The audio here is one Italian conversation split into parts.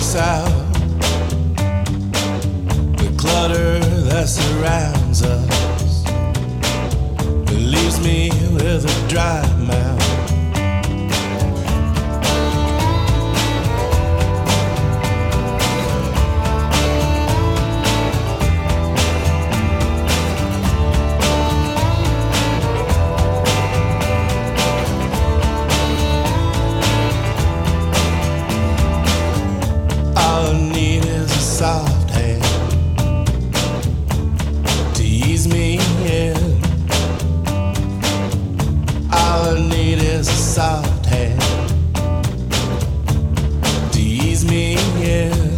blocks out the clutter that surrounds us. It leaves me with a dry mouth. Soft hand to ease me in. All I need is a soft hand to ease me in.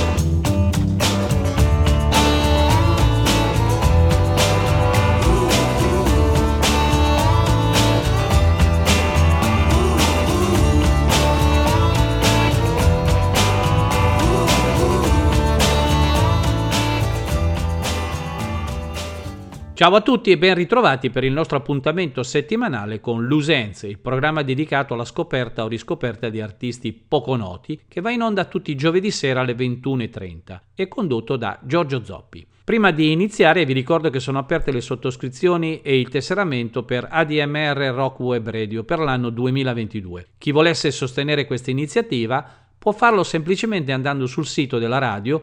Ciao a tutti e ben ritrovati per il nostro appuntamento settimanale con Lusenze, il programma dedicato alla scoperta o riscoperta di artisti poco noti, che va in onda tutti i giovedì sera alle 21:30 e condotto da Giorgio Zoppi. Prima di iniziare vi ricordo che sono aperte le sottoscrizioni e il tesseramento per ADMR Rock Web Radio per l'anno 2022. Chi volesse sostenere questa iniziativa può farlo semplicemente andando sul sito della radio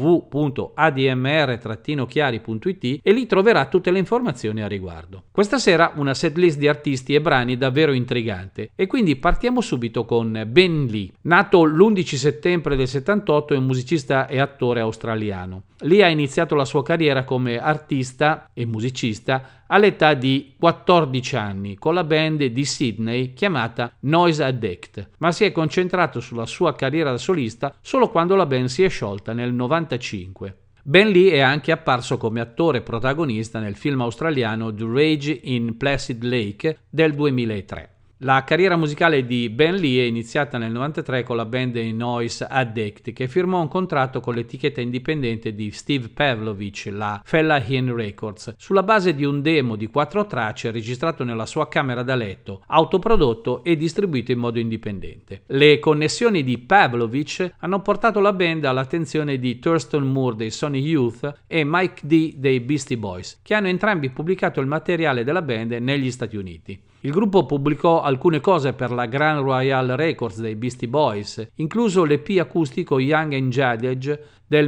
www.admr-chiari.it e lì troverà tutte le informazioni a riguardo. Questa sera una setlist di artisti e brani davvero intrigante e quindi partiamo subito con Ben Lee. Nato l'11 settembre del 78 è un musicista e attore australiano. Lee ha iniziato la sua carriera come artista e musicista all'età di 14 anni con la band di Sydney chiamata Noise Addict, ma si è concentrato sulla sua carriera da solista solo quando la band si è sciolta nel 95. Ben Lee è anche apparso come attore protagonista nel film australiano The Rage in Placid Lake del 2003. La carriera musicale di Ben Lee è iniziata nel 93 con la band Noise Addict, che firmò un contratto con l'etichetta indipendente di Steve Pavlovich, la Fellaheen Records, sulla base di un demo di 4 tracce registrato nella sua camera da letto, autoprodotto e distribuito in modo indipendente. Le connessioni di Pavlovich hanno portato la band all'attenzione di Thurston Moore dei Sony Youth e Mike D dei Beastie Boys, che hanno entrambi pubblicato il materiale della band negli Stati Uniti. Il gruppo pubblicò alcune cose per la Grand Royal Records dei Beastie Boys, incluso l'EP acustico Young and Jaded del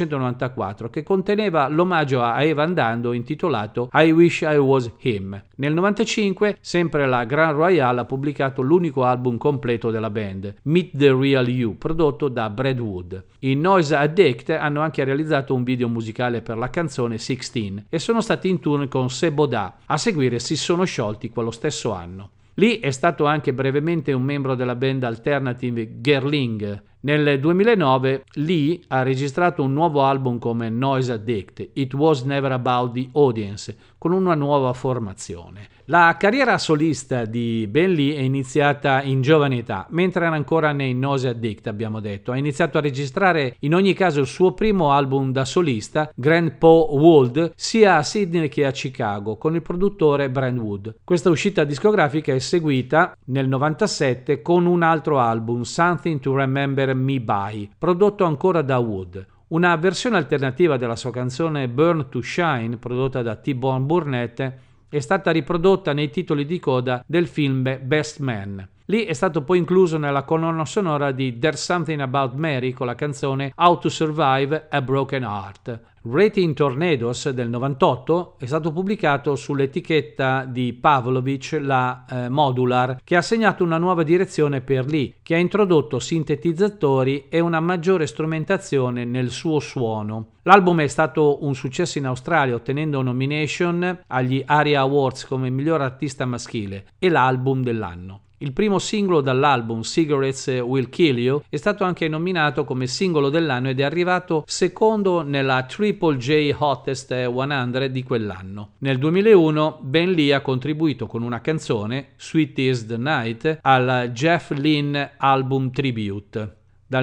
1994, che conteneva l'omaggio a Evan Dando intitolato I Wish I Was Him. Nel 95, sempre la Grand Royal ha pubblicato l'unico album completo della band, Meet the Real You, prodotto da Brad Wood. I Noise Addict hanno anche realizzato un video musicale per la canzone 16 e sono stati in tour con Seboda. A seguire si sono sciolti quello stesso anno. Lee è stato anche brevemente un membro della band alternative Gerling. Nel 2009 Lee ha registrato un nuovo album come Noise Addict, It Was Never About the Audience, con una nuova formazione. La carriera solista di Ben Lee è iniziata in giovane età, mentre era ancora nei Noise Addict, abbiamo detto. Ha iniziato a registrare in ogni caso il suo primo album da solista, Grandpa Wold, sia a Sydney che a Chicago, con il produttore Brad Wood. Questa uscita discografica è seguita nel 97 con un altro album, Something to Remember Me By, prodotto ancora da Wood. Una versione alternativa della sua canzone Burn to Shine, prodotta da T-Bone Burnett, è stata riprodotta nei titoli di coda del film Best Man. Lee è stato poi incluso nella colonna sonora di There's Something About Mary con la canzone How to Survive a Broken Heart. Rating Tornadoes del 98 è stato pubblicato sull'etichetta di Pavlovich, la Modular, che ha segnato una nuova direzione per Lee, che ha introdotto sintetizzatori e una maggiore strumentazione nel suo suono. L'album è stato un successo in Australia, ottenendo nomination agli ARIA Awards come miglior artista maschile e l'album dell'anno. Il primo singolo dall'album, Cigarettes Will Kill You, è stato anche nominato come singolo dell'anno ed è arrivato secondo nella Triple J Hottest 100 di quell'anno. Nel 2001 Ben Lee ha contribuito con una canzone, Sweet Is the Night, al Jeff Lynne Album Tribute. Dal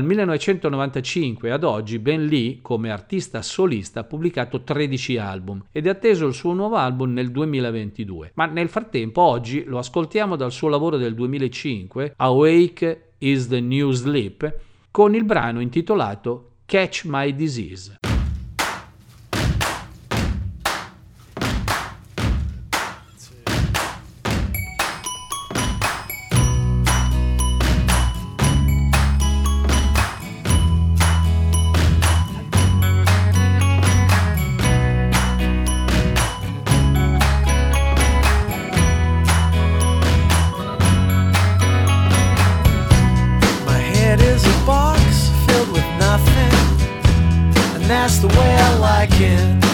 1995 ad oggi Ben Lee, come artista solista, ha pubblicato 13 album ed è atteso il suo nuovo album nel 2022. Ma nel frattempo oggi lo ascoltiamo dal suo lavoro del 2005, Awake is the New Sleep, con il brano intitolato Catch My Disease. That's the way I like it.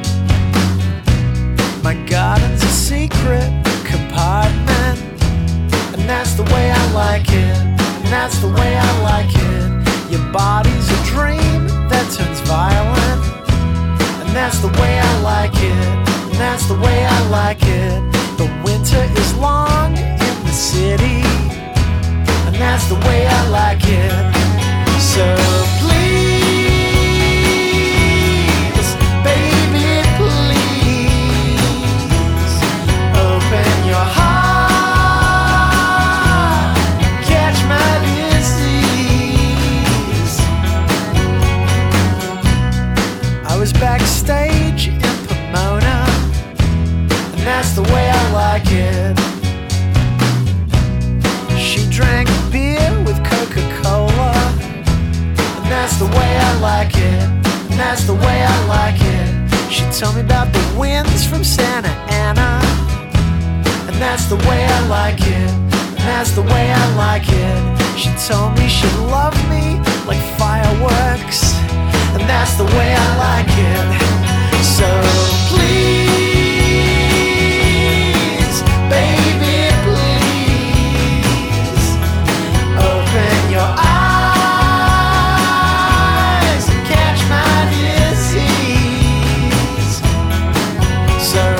My garden's a secret compartment, and that's the way I like it. And that's the way I like it. Your body's a dream that turns violent, and that's the way I like it. And that's the way I like it. The winter is long in the city, and that's the way I like it. So please, backstage in Pomona, and that's the way I like it. She drank beer with Coca-Cola, and that's the way I like it. And that's the way I like it. She told me about the winds from Santa Ana, and that's the way I like it. And that's the way I like it. She told me she'd love me like fireworks, and that's the way I like it. So please, baby, please, open your eyes and catch my disease. So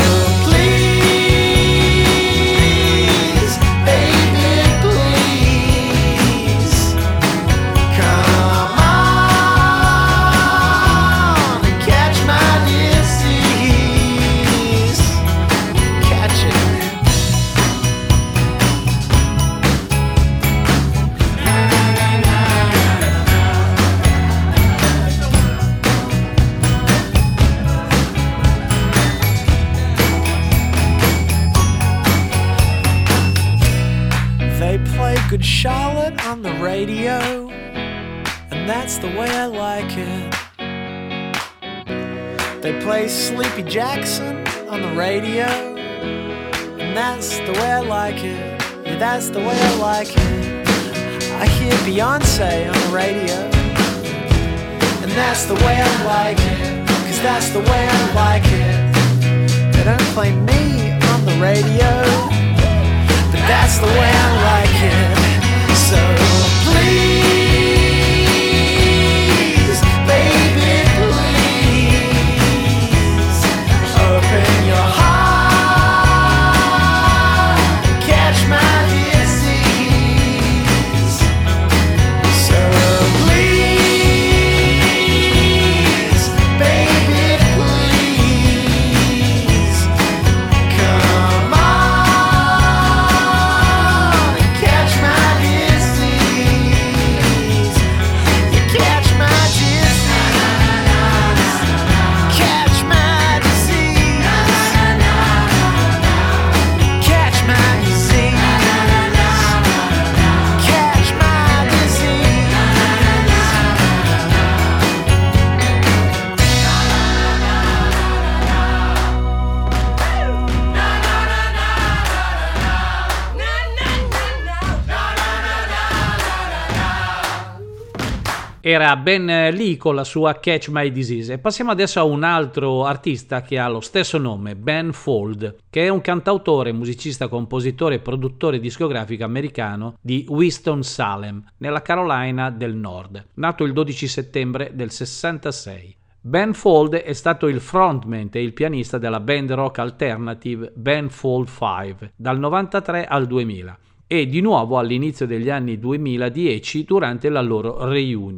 please, baby, please, come on and catch my disease. Catch it. They play Good Charlotte on the radio, and that's the way I like it. They play Sleepy Jackson on the radio, and that's the way I like it. Yeah, that's the way I like it. I hear Beyonce on the radio, and that's the way I like it. 'Cause that's the way I like it. They don't play me on the radio, but that's the way I like it. So please, baby, please, open your heart and catch my disease. So please, baby, please, come on and catch my disease. You catch my disease. Catch my disease. Catch my disease. Catch my disease. Era Ben Lee con la sua Catch My Disease. E passiamo adesso a un altro artista che ha lo stesso nome, Ben Folds, che è un cantautore, musicista, compositore e produttore discografico americano di Winston-Salem, nella Carolina del Nord, nato il 12 settembre del 66. Ben Folds è stato il frontman e il pianista della band rock alternative Ben Folds 5 dal 93 al 2000 e di nuovo all'inizio degli anni 2010 durante la loro reunion.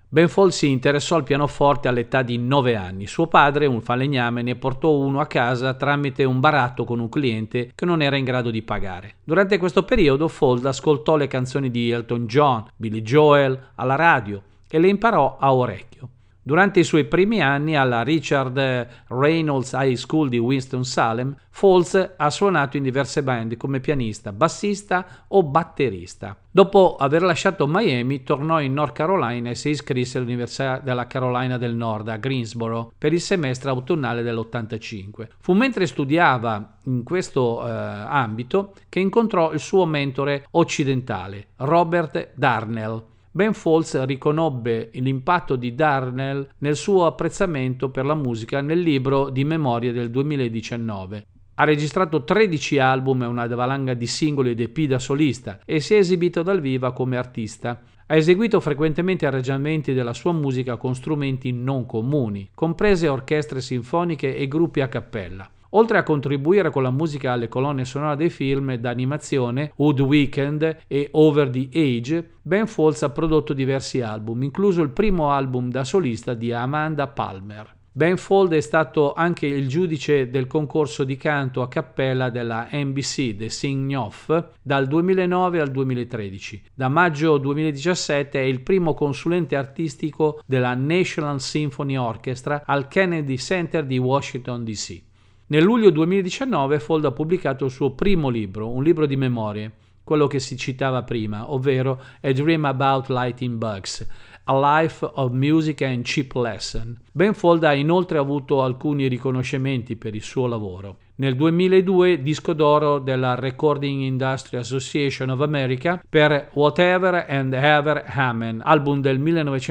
Ben Folds si interessò al pianoforte all'età di 9 anni. Suo padre, un falegname, ne portò uno a casa tramite un baratto con un cliente che non era in grado di pagare. Durante questo periodo Folds ascoltò le canzoni di Elton John, Billy Joel alla radio e le imparò a orecchio. Durante i suoi primi anni alla Richard Reynolds High School di Winston-Salem, Folds ha suonato in diverse band come pianista, bassista o batterista. Dopo aver lasciato Miami, tornò in North Carolina e si iscrisse all'Università della Carolina del Nord a Greensboro per il semestre autunnale dell'85. Fu mentre studiava in questo ambito che incontrò il suo mentore occidentale, Robert Darnell. Ben Folds riconobbe l'impatto di Darnell nel suo apprezzamento per la musica nel libro di memorie del 2019. Ha registrato 13 album e una valanga di singoli ed EP da solista e si è esibito dal vivo come artista. Ha eseguito frequentemente arrangiamenti della sua musica con strumenti non comuni, comprese orchestre sinfoniche e gruppi a cappella. Oltre a contribuire con la musica alle colonne sonore dei film d'animazione Wood Weekend e Over the Age, Ben Folds ha prodotto diversi album, incluso il primo album da solista di Amanda Palmer. Ben Folds è stato anche il giudice del concorso di canto a cappella della NBC The Sing-Off dal 2009 al 2013. Da maggio 2017 è il primo consulente artistico della National Symphony Orchestra al Kennedy Center di Washington DC. Nel luglio 2019 Folds ha pubblicato il suo primo libro, un libro di memorie, quello che si citava prima, ovvero A Dream About Lighting Bugs, A Life of Music and Cheap Lesson. Ben Folds ha inoltre avuto alcuni riconoscimenti per il suo lavoro. Nel 2002 disco d'oro della Recording Industry Association of America per Whatever and Ever Amen, album del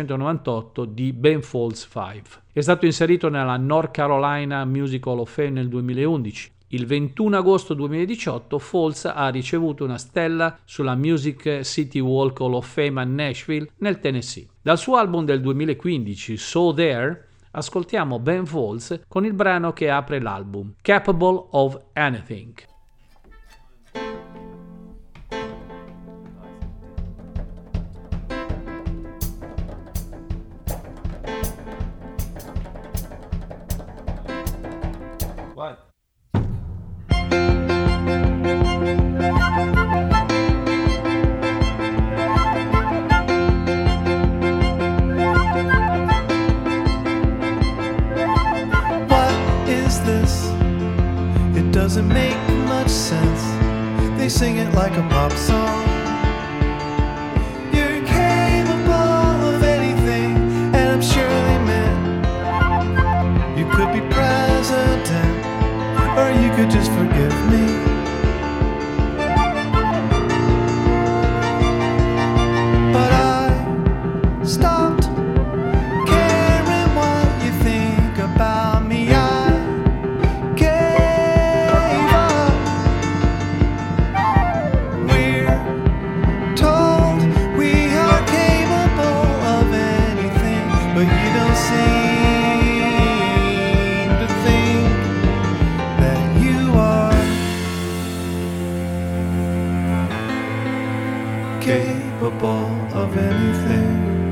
1998 di Ben Folds 5. È stato inserito nella North Carolina Music Hall of Fame nel 2011. Il 21 agosto 2018 Folds ha ricevuto una stella sulla Music City Walk Hall of Fame a Nashville, nel Tennessee. Dal suo album del 2015, So There, ascoltiamo Ben Folds con il brano che apre l'album, Capable of Anything. Doesn't make much sense. They sing it like a pop song. You're capable of anything, and I'm sure they meant you could be president, or you could just forgive me. But I stopped caring what you think about me. Capable of anything.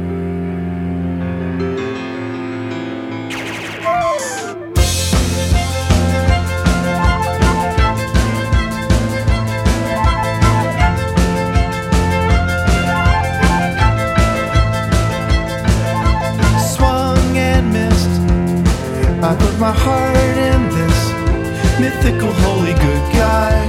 Swung and missed. I put my heart in this mythical holy good guy.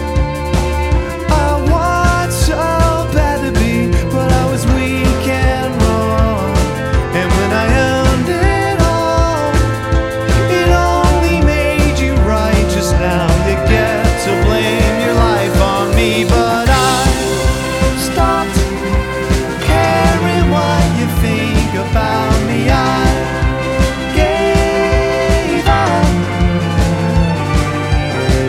But I was weak and wrong, and when I earned it all, it only made you righteous. Now you get to blame your life on me, but I stopped caring what you think about me. I gave up.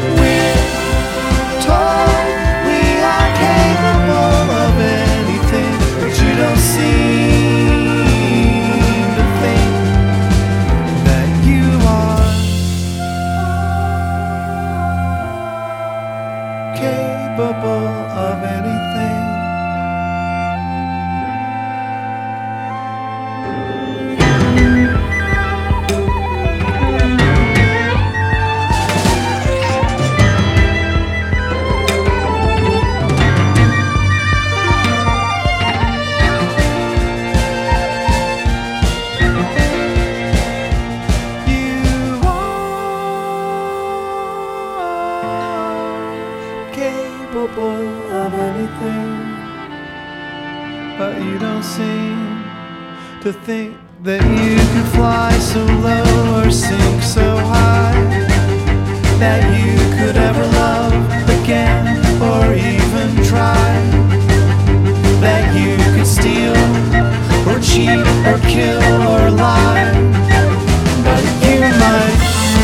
but you don't seem to think that you can fly so low or sink so high, that you could ever love again or even try, that you could steal or cheat or kill or lie, but you might.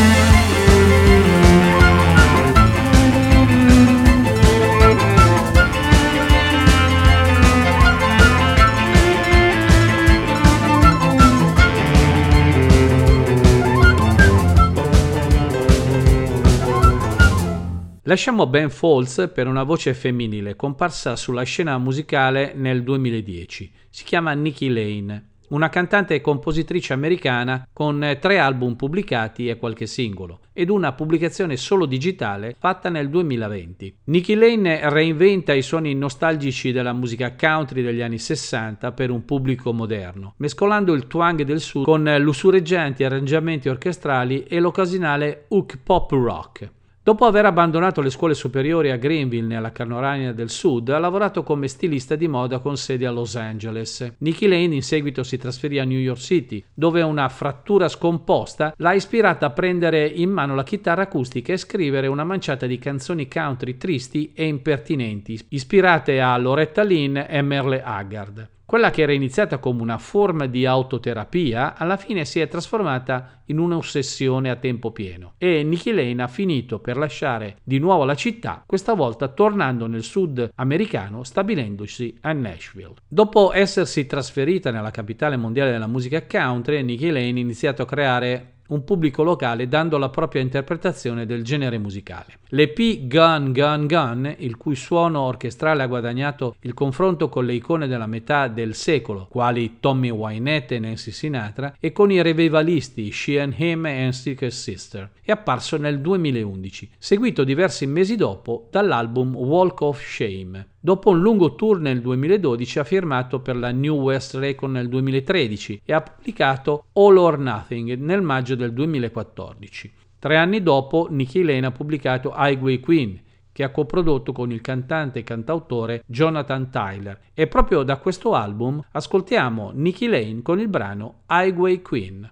Lasciamo Ben Folds per una voce femminile comparsa sulla scena musicale nel 2010. Si chiama Nikki Lane, una cantante e compositrice americana con 3 album pubblicati e qualche singolo, ed una pubblicazione solo digitale fatta nel 2020. Nikki Lane reinventa i suoni nostalgici della musica country degli anni 60 per un pubblico moderno, mescolando il twang del sud con lussureggianti arrangiamenti orchestrali e l'occasionale hook pop rock. Dopo aver abbandonato le scuole superiori a Greenville nella Carolina del Sud, ha lavorato come stilista di moda con sede a Los Angeles. Nikki Lane in seguito si trasferì a New York City, dove una frattura scomposta l'ha ispirata a prendere in mano la chitarra acustica e scrivere una manciata di canzoni country tristi e impertinenti, ispirate a Loretta Lynn e Merle Haggard. Quella che era iniziata come una forma di autoterapia, alla fine si è trasformata in un'ossessione a tempo pieno e Nikki Lane ha finito per lasciare di nuovo la città, questa volta tornando nel sud americano, stabilendosi a Nashville. Dopo essersi trasferita nella capitale mondiale della musica country, Nikki Lane ha iniziato a creare un pubblico locale dando la propria interpretazione del genere musicale. L'EP Gun Gun Gun, il cui suono orchestrale ha guadagnato il confronto con le icone della metà del secolo, quali Tommy Wynette e Nancy Sinatra, e con i revivalisti She and Him e Sister Sister, è apparso nel 2011, seguito diversi mesi dopo dall'album Walk of Shame. Dopo un lungo tour nel 2012 ha firmato per la New West Record nel 2013 e ha pubblicato All or Nothing nel maggio del 2014. 3 anni dopo Nikki Lane ha pubblicato Highway Queen, che ha coprodotto con il cantante e cantautore Jonathan Tyler, e proprio da questo album ascoltiamo Nikki Lane con il brano Highway Queen.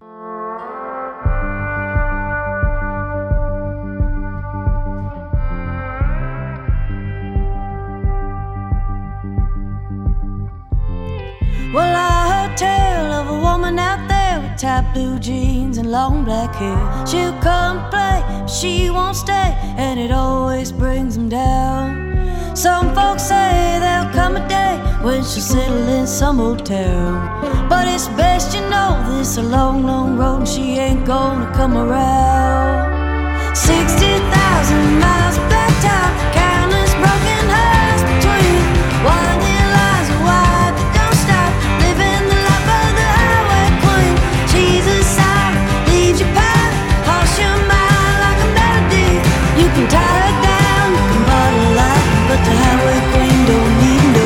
Well, I heard tell of a woman out there with tight blue jeans and long black hair. She'll come play, but she won't stay, and it always brings them down. Some folks say there'll come a day when she'll settle in some old town, but it's best you know this a long, long road and she ain't gonna come around. 60,000 miles of black top, countless broken hearts between winding lines of wide that don't stop, living the life of the highway queen. She's a sound, leaves you pound, harsh your mind like a melody. You can tie her down, you can bottle up, but the highway queen don't need no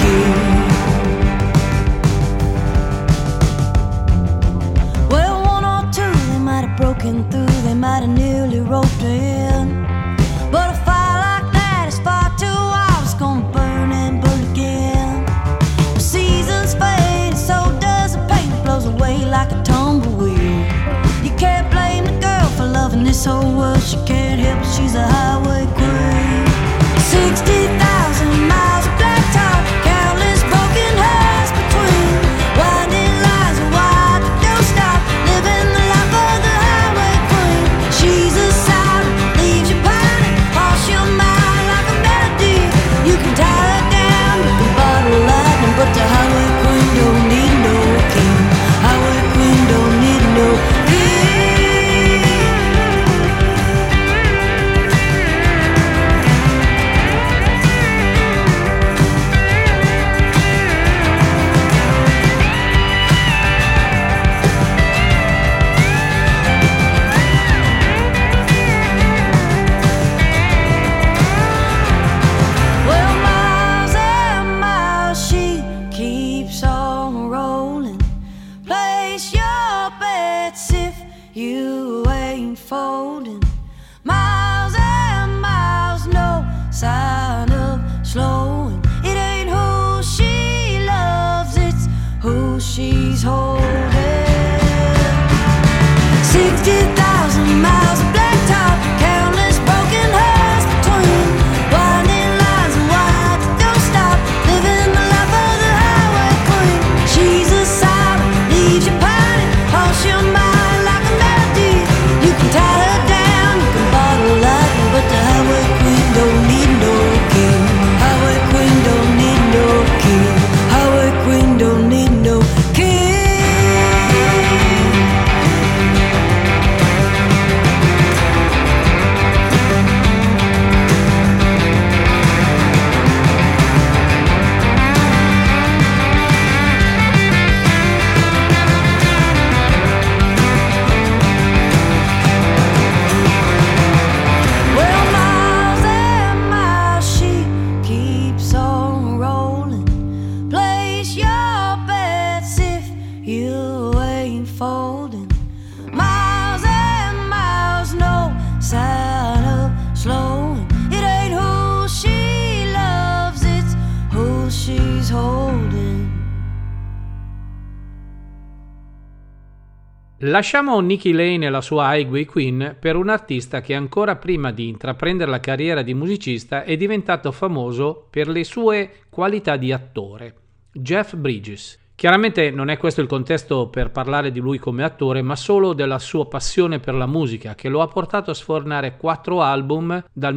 king. Well, 1 or 2 they might have broken through, they might have nearly roped her in, but a fire like that is far too wild, it's gonna burn and burn again. The seasons fade and so does the paint, it blows away like a tumbleweed. You can't blame the girl for loving this whole world, she can't help it, she's a highway queen. 60,000 miles of blacktop, countless broken hearts between winding lines of wide that don't stop, living the life of the highway queen. She's a sound, leaves you pining, harsh your mind like a melody. You can tie her down, you can bottle lightning, but the highway queen don't need no king. Highway queen don't need no king. Well, miles and miles she keeps on rolling. Place your bets if you ain't folding. Miles and miles, no sign of slowing. It ain't who she loves Lasciamo Nicky Lane e la sua Highway Queen per un artista che ancora prima di intraprendere la carriera di musicista è diventato famoso per le sue qualità di attore, Jeff Bridges. Chiaramente non è questo il contesto per parlare di lui come attore, ma solo della sua passione per la musica, che lo ha portato a sfornare 4 album dal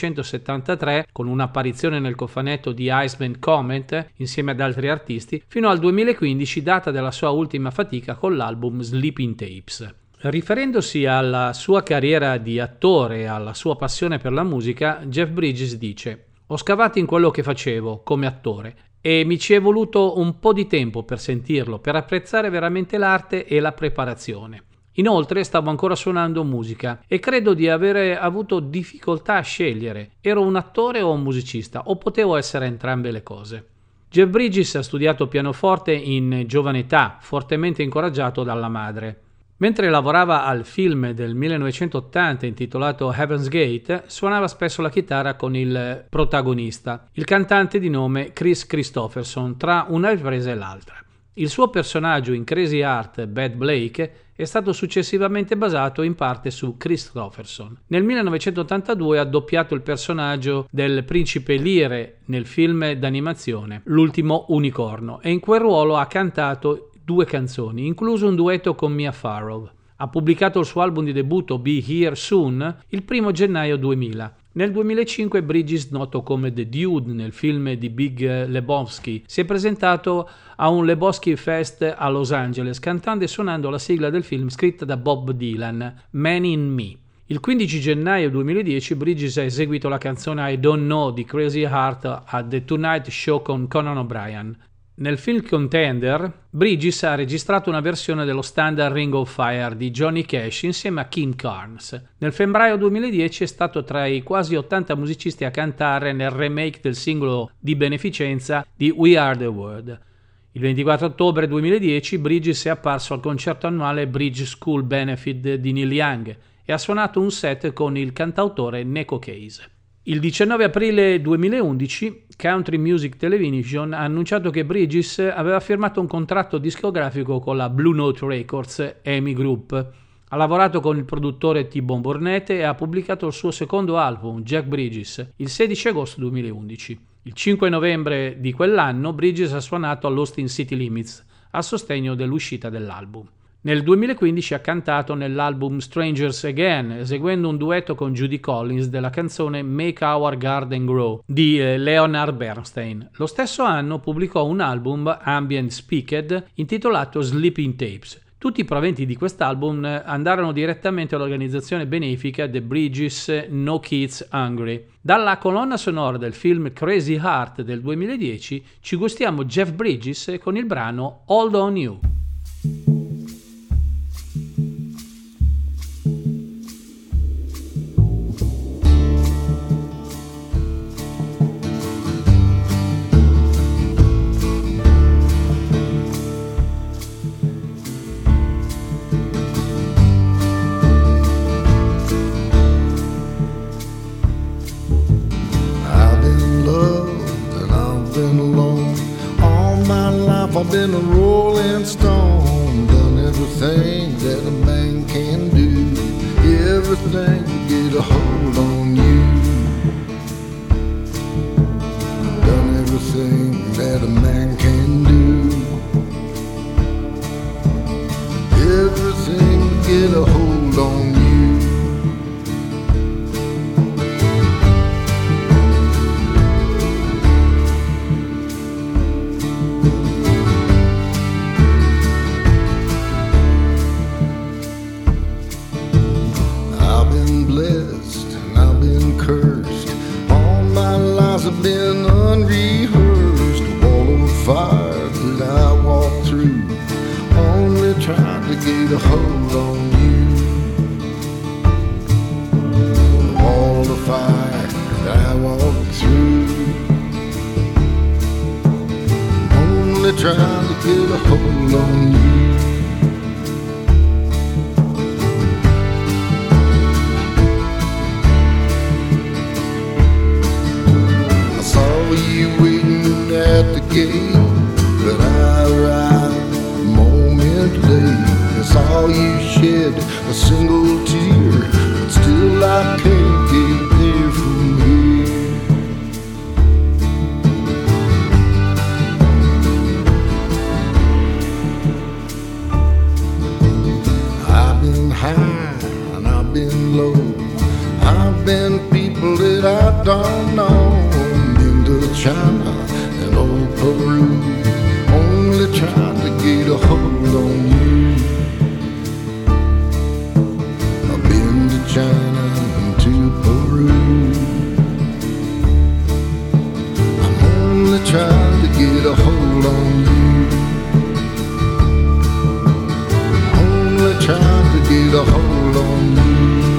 1973, con un'apparizione nel cofanetto di Iceman Comet insieme ad altri artisti, fino al 2015, data della sua ultima fatica con l'album Sleeping Tapes. Riferendosi alla sua carriera di attore e alla sua passione per la musica, Jeff Bridges dice: «Ho scavato in quello che facevo come attore e mi ci è voluto un po' di tempo per sentirlo, per apprezzare veramente l'arte e la preparazione. Inoltre stavo ancora suonando musica e credo di avere avuto difficoltà a scegliere. Ero un attore o un musicista, o potevo essere entrambe le cose». Jeff Bridges ha studiato pianoforte in giovane età, fortemente incoraggiato dalla madre. Mentre lavorava al film del 1980 intitolato Heaven's Gate, suonava spesso la chitarra con il protagonista, il cantante di nome Kris Kristofferson, tra una ripresa e l'altra. Il suo personaggio in Crazy Heart, Bad Blake, è stato successivamente basato in parte su Kristofferson. Nel 1982 ha doppiato il personaggio del principe Lire nel film d'animazione L'ultimo unicorno e in quel ruolo ha cantato 2 canzoni, incluso un duetto con Mia Farrow. Ha pubblicato il suo album di debutto Be Here Soon il 1 gennaio 2000. Nel 2005 Bridges, noto come The Dude nel film di Big Lebowski, si è presentato a un Lebowski Fest a Los Angeles cantando e suonando la sigla del film scritta da Bob Dylan, Man in Me. Il 15 gennaio 2010 Bridges ha eseguito la canzone I Don't Know di Crazy Heart a The Tonight Show con Conan O'Brien. Nel film Contender, Bridges ha registrato una versione dello standard Ring of Fire di Johnny Cash insieme a Kim Carnes. Nel febbraio 2010 è stato tra i quasi 80 musicisti a cantare nel remake del singolo di beneficenza di We Are The World. Il 24 ottobre 2010 Bridges è apparso al concerto annuale Bridge School Benefit di Neil Young e ha suonato un set con il cantautore Neko Case. Il 19 aprile 2011 Country Music Television ha annunciato che Bridges aveva firmato un contratto discografico con la Blue Note Records EMI Group. Ha lavorato con il produttore T-Bone Burnett e ha pubblicato il suo secondo album, Jack Bridges, il 16 agosto 2011. Il 5 novembre di quell'anno Bridges ha suonato all'Austin City Limits a sostegno dell'uscita dell'album. Nel 2015 ha cantato nell'album Strangers Again, eseguendo un duetto con Judy Collins della canzone Make Our Garden Grow di Leonard Bernstein. Lo stesso anno pubblicò un album, Ambient Speaked, intitolato Sleeping Tapes. Tutti i proventi di quest'album andarono direttamente all'organizzazione benefica The Bridges No Kids Hungry. Dalla colonna sonora del film Crazy Heart del 2010 ci gustiamo Jeff Bridges con il brano Hold On You. I've been a rolling stone, done everything that a man can do, everything to get a hold on you. Done everything that a man can do, everything to get a hold on you. I've been unrehearsed, wall of fire that I walk through, only trying to get a hold on you. Wall of fire that I walk through, only trying to get a hold on you. You waiting at the gate, but I arrived a moment late. I saw you shed a single tear, but still I can't get there from here. I've been high and I've been low, I've been people that I don't know. Been to China and old Peru, only trying to get a hold on you. I've been to China and to Peru, I'm only trying to get a hold on you. Only trying to get a hold on you.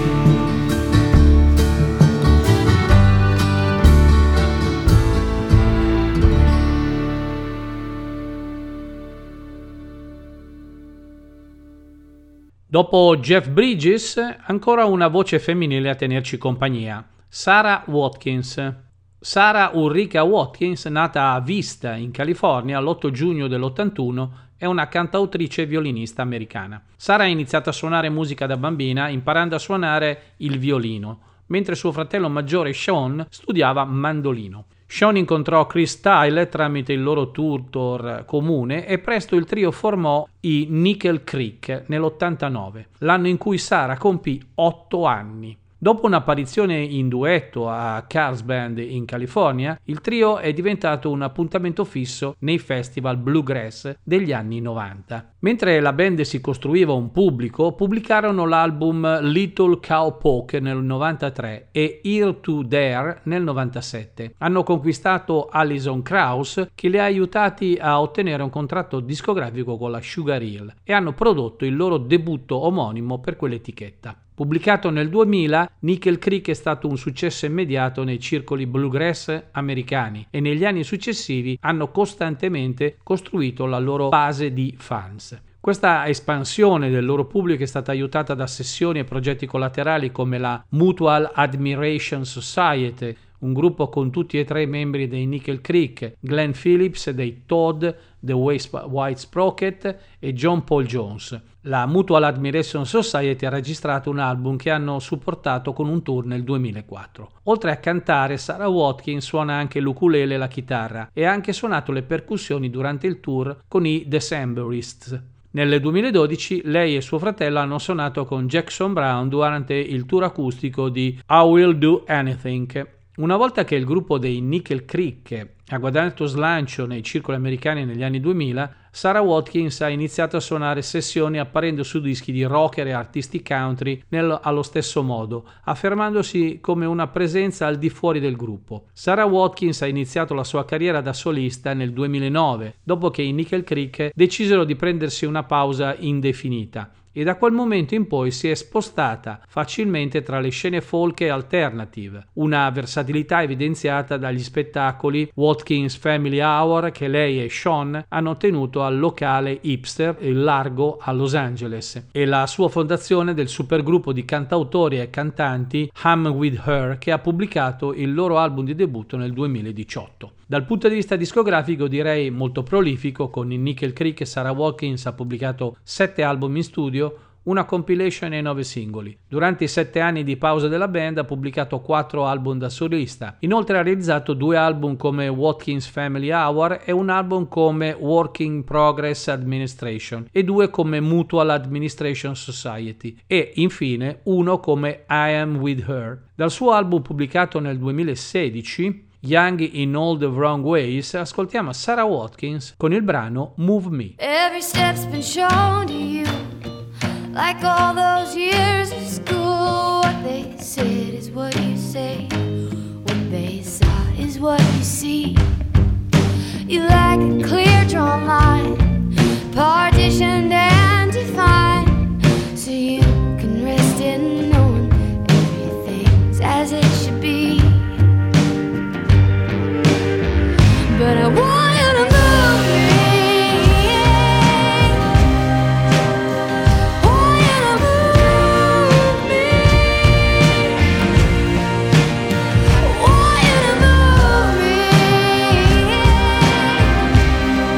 Dopo Jeff Bridges, ancora una voce femminile a tenerci compagnia, Sarah Watkins. Sarah Ulrika Watkins, nata a Vista, in California, l'8 giugno dell'81, è una cantautrice e violinista americana. Sarah ha iniziato a suonare musica da bambina, imparando a suonare il violino, mentre suo fratello maggiore Sean studiava mandolino. Sean incontrò Chris Steele tramite il loro tutor comune e presto il trio formò i Nickel Creek nell'89, l'anno in cui Sarah compì 8 anni. Dopo un'apparizione in duetto a Carlsbad in California, il trio è diventato un appuntamento fisso nei festival bluegrass degli anni 90. Mentre la band si costruiva un pubblico, pubblicarono l'album Little Cowpoke nel 93 e Here to There nel 97. Hanno conquistato Alison Krauss, che li ha aiutati a ottenere un contratto discografico con la Sugar Hill, e hanno prodotto il loro debutto omonimo per quell'etichetta. Pubblicato nel 2000, Nickel Creek è stato un successo immediato nei circoli bluegrass americani e negli anni successivi hanno costantemente costruito la loro base di fans. Questa espansione del loro pubblico è stata aiutata da sessioni e progetti collaterali come la Mutual Admiration Society, un gruppo con tutti e 3 i membri dei Nickel Creek, Glenn Phillips dei Todd, The White Sprocket e John Paul Jones. La Mutual Admiration Society ha registrato un album che hanno supportato con un tour nel 2004. Oltre a cantare, Sarah Watkins suona anche l'ukulele e la chitarra e ha anche suonato le percussioni durante il tour con i Decemberists. Nel 2012 lei e suo fratello hanno suonato con Jackson Browne durante il tour acustico di I Will Do Anything. Una volta che il gruppo dei Nickel Creek ha guadagnato slancio nei circoli americani negli anni 2000, Sarah Watkins ha iniziato a suonare sessioni apparendo su dischi di rocker e artisti country allo stesso modo, affermandosi come una presenza al di fuori del gruppo. Sarah Watkins ha iniziato la sua carriera da solista nel 2009, dopo che i Nickel Creek decisero di prendersi una pausa indefinita, e da quel momento in poi si è spostata facilmente tra le scene folk e alternative, una versatilità evidenziata dagli spettacoli Watkins Family Hour che lei e Sean hanno tenuto al locale hipster Il Largo a Los Angeles, e la sua fondazione del supergruppo di cantautori e cantanti I'm With Her, che ha pubblicato il loro album di debutto nel 2018. Dal punto di vista discografico direi molto prolifico, con i Nickel Creek Sarah Watkins ha pubblicato 7 album in studio, una compilation e 9 singoli. Durante i 7 anni di pausa della band ha pubblicato 4 album da solista. Inoltre ha realizzato 2 album come Watkins Family Hour e un album come Working Progress Administration e 2 come Mutual Admiration Society e infine uno come I Am With Her. Dal suo album pubblicato nel 2016, Young in All the Wrong Ways, ascoltiamo Sarah Watkins con il brano Move Me. Every step's been shown to you, like all those years of school. What they said is what you say, what they saw is what you see. You lack a clear drawn line, partitioned and defined, so you can rest in knowing everything's as it should be. But I want you to move me. Want you to move me. Want you to move me.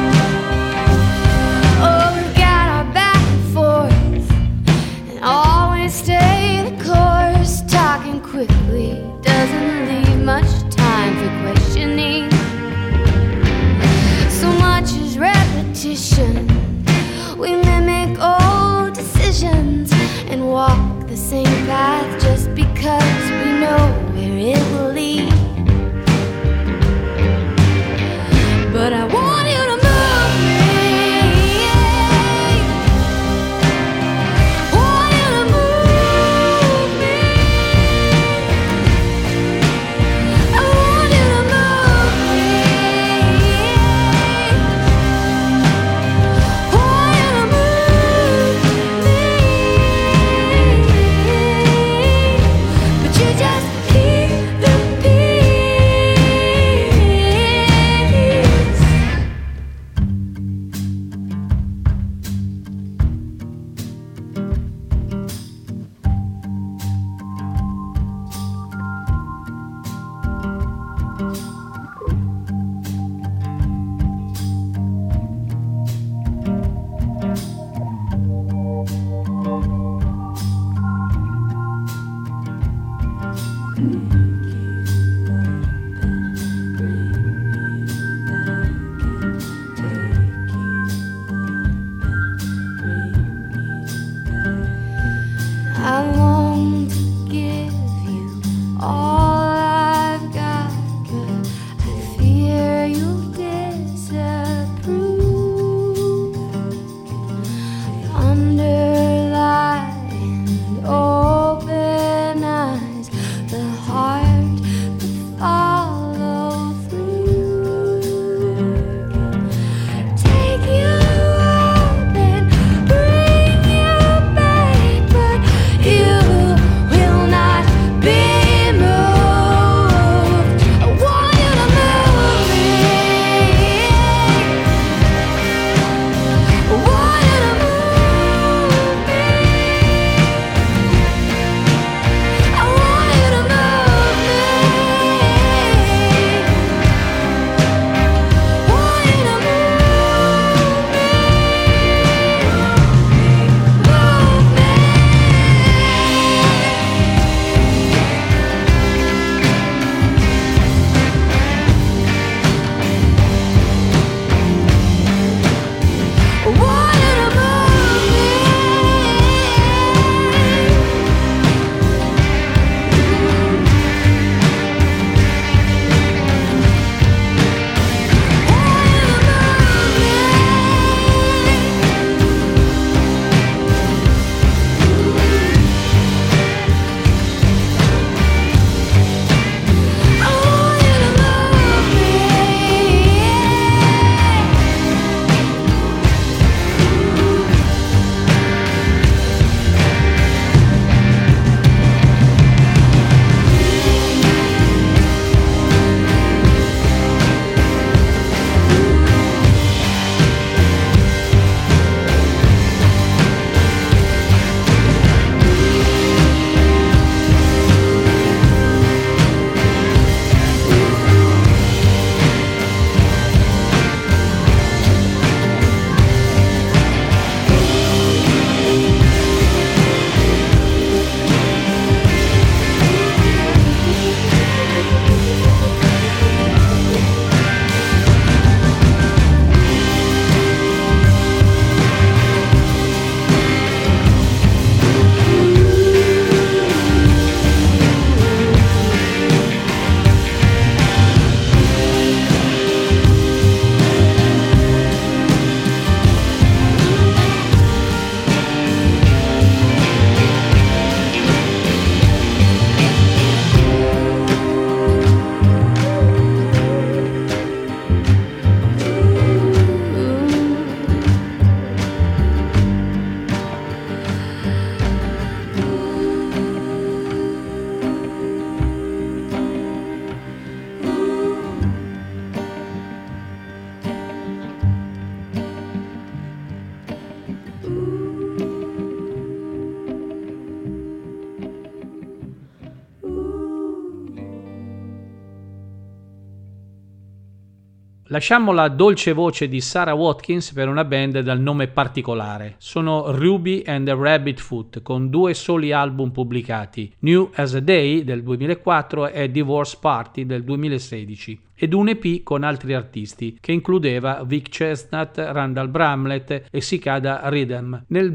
Lasciamo la dolce voce di Sarah Watkins per una band dal nome particolare. Sono Ruby and the Rabbit Foot, con 2 soli album pubblicati, New as a Day del 2004 e Divorce Party del 2016, ed un EP con altri artisti, che includeva Vic Chestnut, Randall Bramlett e Cicada Rhythm nel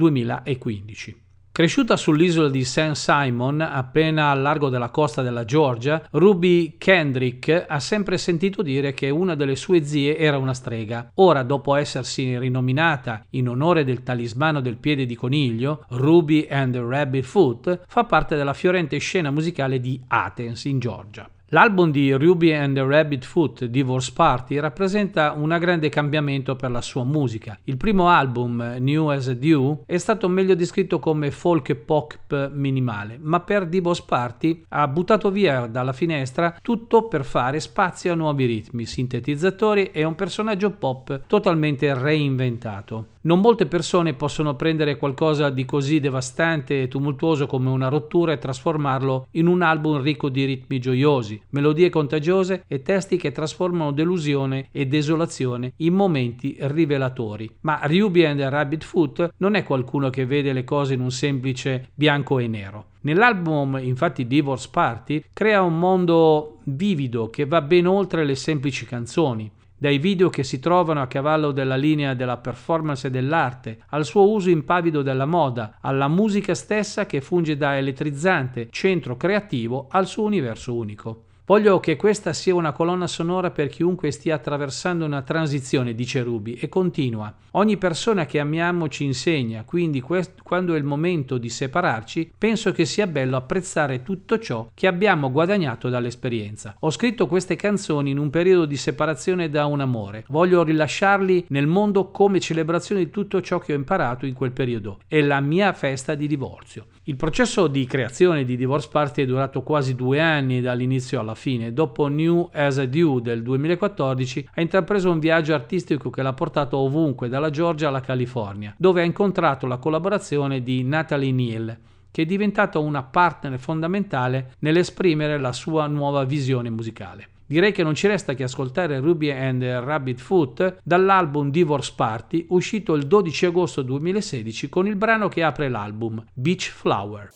2015. Cresciuta sull'isola di St. Simon, appena al largo della costa della Georgia, Ruby Kendrick ha sempre sentito dire che una delle sue zie era una strega. Ora, dopo essersi rinominata in onore del talismano del piede di coniglio, Ruby and the Rabbit Foot fa parte della fiorente scena musicale di Athens, in Georgia. L'album di Ruby and the Rabbit Foot, Divorce Party, rappresenta un grande cambiamento per la sua musica. Il primo album, New as a Dew, è stato meglio descritto come folk e pop minimale, ma per Divorce Party ha buttato via dalla finestra tutto per fare spazio a nuovi ritmi, sintetizzatori e un personaggio pop totalmente reinventato. Non molte persone possono prendere qualcosa di così devastante e tumultuoso come una rottura e trasformarlo in un album ricco di ritmi gioiosi, melodie contagiose e testi che trasformano delusione e desolazione in momenti rivelatori. Ma Ruby and the Rabbit Foot non è qualcuno che vede le cose in un semplice bianco e nero. Nell'album, infatti, Divorce Party crea un mondo vivido che va ben oltre le semplici canzoni. Dai video che si trovano a cavallo della linea della performance e dell'arte, al suo uso impavido della moda, alla musica stessa che funge da elettrizzante centro creativo al suo universo unico. Voglio che questa sia una colonna sonora per chiunque stia attraversando una transizione, dice Ruby, e continua. Ogni persona che amiamo ci insegna, quindi quando è il momento di separarci, penso che sia bello apprezzare tutto ciò che abbiamo guadagnato dall'esperienza. Ho scritto queste canzoni in un periodo di separazione da un amore. Voglio rilasciarli nel mondo come celebrazione di tutto ciò che ho imparato in quel periodo. È la mia festa di divorzio. Il processo di creazione di Divorce Party è durato quasi 2 anni dall'inizio alla fine. Dopo New as a Dew del 2014 ha intrapreso un viaggio artistico che l'ha portato ovunque, dalla Georgia alla California, dove ha incontrato la collaborazione di Natalie Neal, che è diventata una partner fondamentale nell'esprimere la sua nuova visione musicale. Direi che non ci resta che ascoltare Ruby and the Rabbit Foot dall'album Divorce Party, uscito il 12 agosto 2016 con il brano che apre l'album, Beach Flower.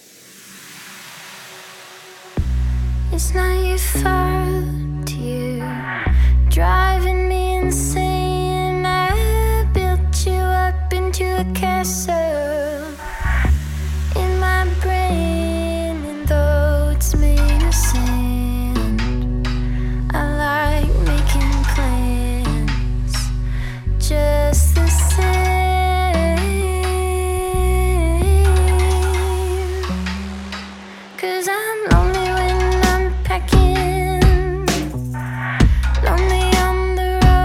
It's not your fault, you driving me insane. I built you up into a castle in my brain, and though it's made of sand, I like making plans just the same. 'Cause I'm lonely when I'm packing, lonely on the road.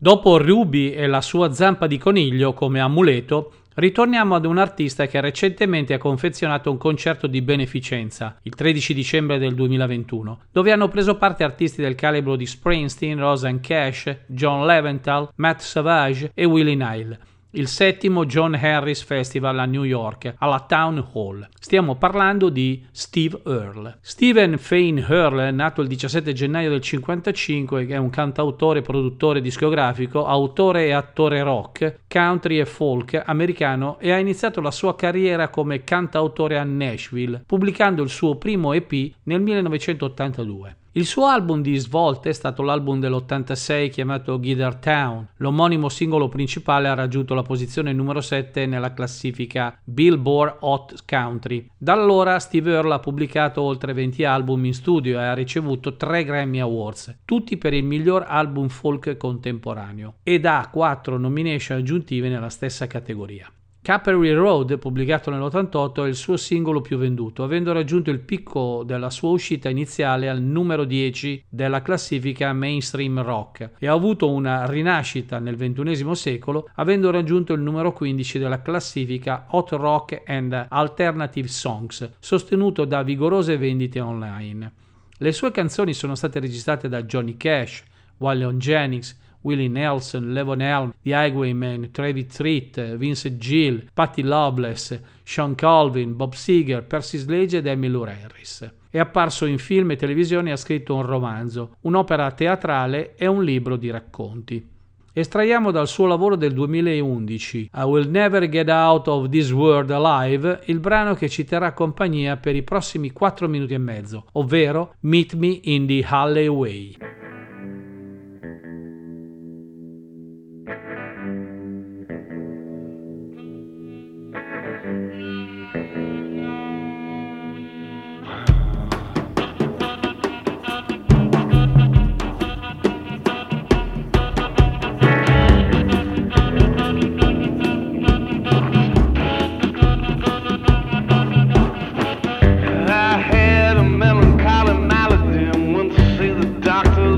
Dopo Ruby e la sua zampa di coniglio come amuleto, ritorniamo ad un artista che recentemente ha confezionato un concerto di beneficenza, il 13 dicembre del 2021, dove hanno preso parte artisti del calibro di Springsteen, Rosanne Cash, John Leventhal, Matt Savage e Willie Nile. Il 7° John Harris Festival a New York, alla Town Hall. Stiamo parlando di Steve Earle. Stephen Fane Earle, nato il 17 gennaio del 1955, è un cantautore, produttore discografico, autore e attore rock, country e folk americano e ha iniziato la sua carriera come cantautore a Nashville, pubblicando il suo primo EP nel 1982. Il suo album di svolta è stato l'album dell'86 chiamato Guitar Town. L'omonimo singolo principale ha raggiunto la posizione numero 7 nella classifica Billboard Hot Country. Da allora Steve Earle ha pubblicato oltre 20 album in studio e ha ricevuto 3 Grammy Awards, tutti per il miglior album folk contemporaneo, ed ha 4 nomination aggiuntive nella stessa categoria. Capri Road, pubblicato nell'88, è il suo singolo più venduto, avendo raggiunto il picco della sua uscita iniziale al numero 10 della classifica Mainstream Rock e ha avuto una rinascita nel XXI secolo, avendo raggiunto il numero 15 della classifica Hot Rock and Alternative Songs, sostenuto da vigorose vendite online. Le sue canzoni sono state registrate da Johnny Cash, Waylon Jennings, Willie Nelson, Levon Helm, The Highwaymen, Travis Tritt, Vincent Gill, Patti Loveless, Sean Colvin, Bob Seger, Percy Sledge ed Emmylou Harris. È apparso in film e televisione e ha scritto un romanzo, un'opera teatrale e un libro di racconti. Estraiamo dal suo lavoro del 2011, I Will Never Get Out of This World Alive, il brano che ci terrà compagnia per i prossimi 4 minuti e mezzo, ovvero Meet Me in the Alleyway. I had a melancholy malady and went to see the doctor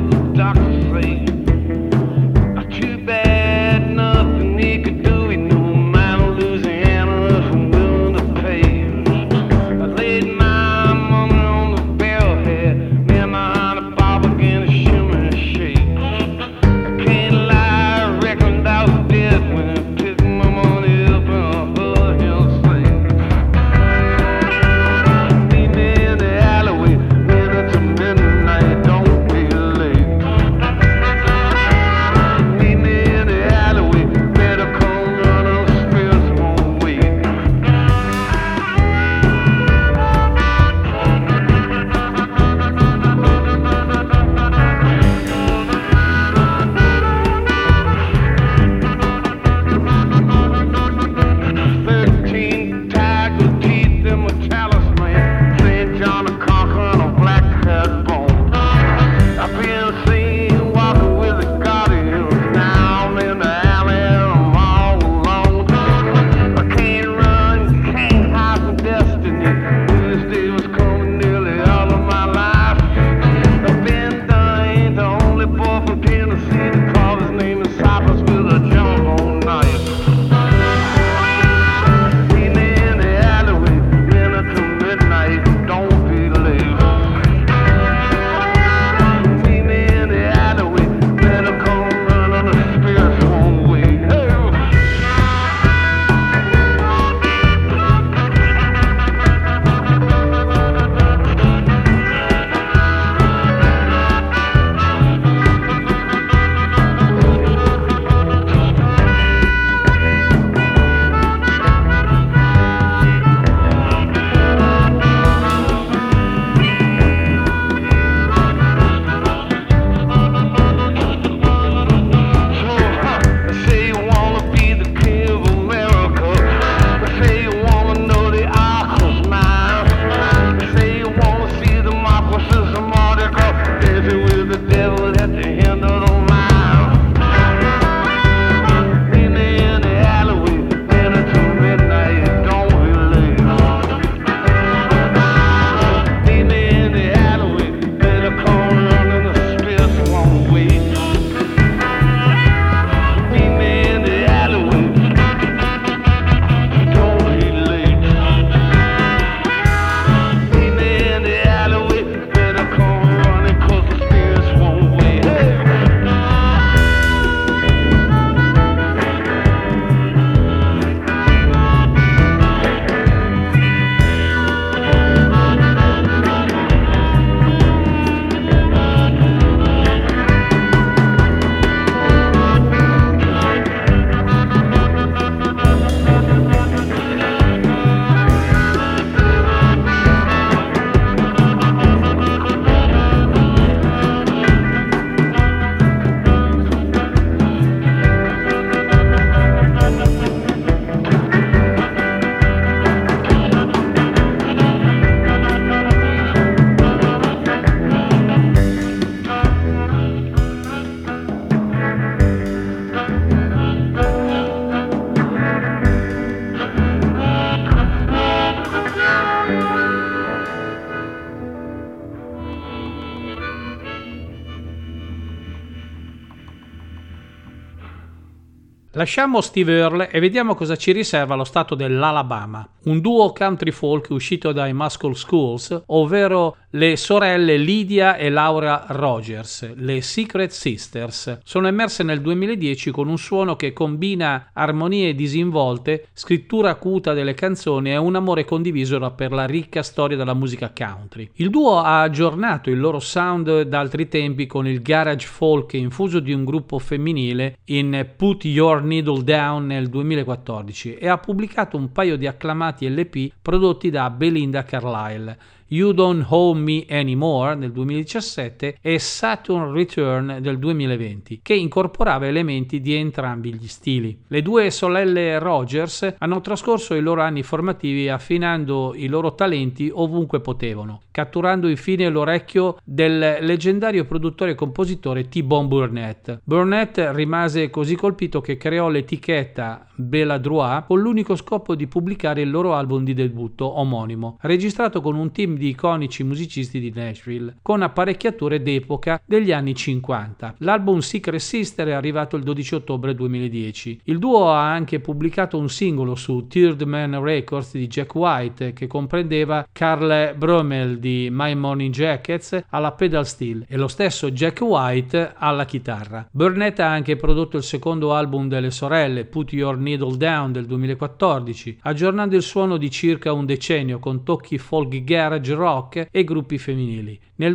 Lasciamo Steve Earle e vediamo cosa ci riserva lo stato dell'Alabama. Un duo country folk uscito dai Muscle Schools, ovvero le sorelle Lydia e Laura Rogers, le Secret Sisters. Sono emerse nel 2010 con un suono che combina armonie disinvolte, scrittura acuta delle canzoni e un amore condiviso per la ricca storia della musica country. Il duo ha aggiornato il loro sound da altri tempi con il garage folk infuso di un gruppo femminile in Put Your Needle Down nel 2014 e ha pubblicato un paio di acclamati LP prodotti da Belinda Carlisle, You Don't Owe Me Anymore nel 2017 e Saturn Return del 2020, che incorporava elementi di entrambi gli stili. Le due sorelle Rogers hanno trascorso i loro anni formativi affinando i loro talenti ovunque potevano, catturando infine l'orecchio del leggendario produttore e compositore T-Bone Burnett. Burnett rimase così colpito che creò l'etichetta Bella Droit con l'unico scopo di pubblicare il loro album di debutto omonimo, registrato con un team di iconici musicisti di Nashville, con apparecchiature d'epoca degli anni 50. L'album Secret Sister è arrivato il 12 ottobre 2010. Il duo ha anche pubblicato un singolo su Third Man Records di Jack White, che comprendeva Carl Brummel di My Morning Jackets alla pedal steel e lo stesso Jack White alla chitarra. Burnett ha anche prodotto il secondo album delle sorelle, Put Your Needle Down del 2014, aggiornando il suono di circa un decennio con tocchi folk garage rock e gruppi femminili. Nel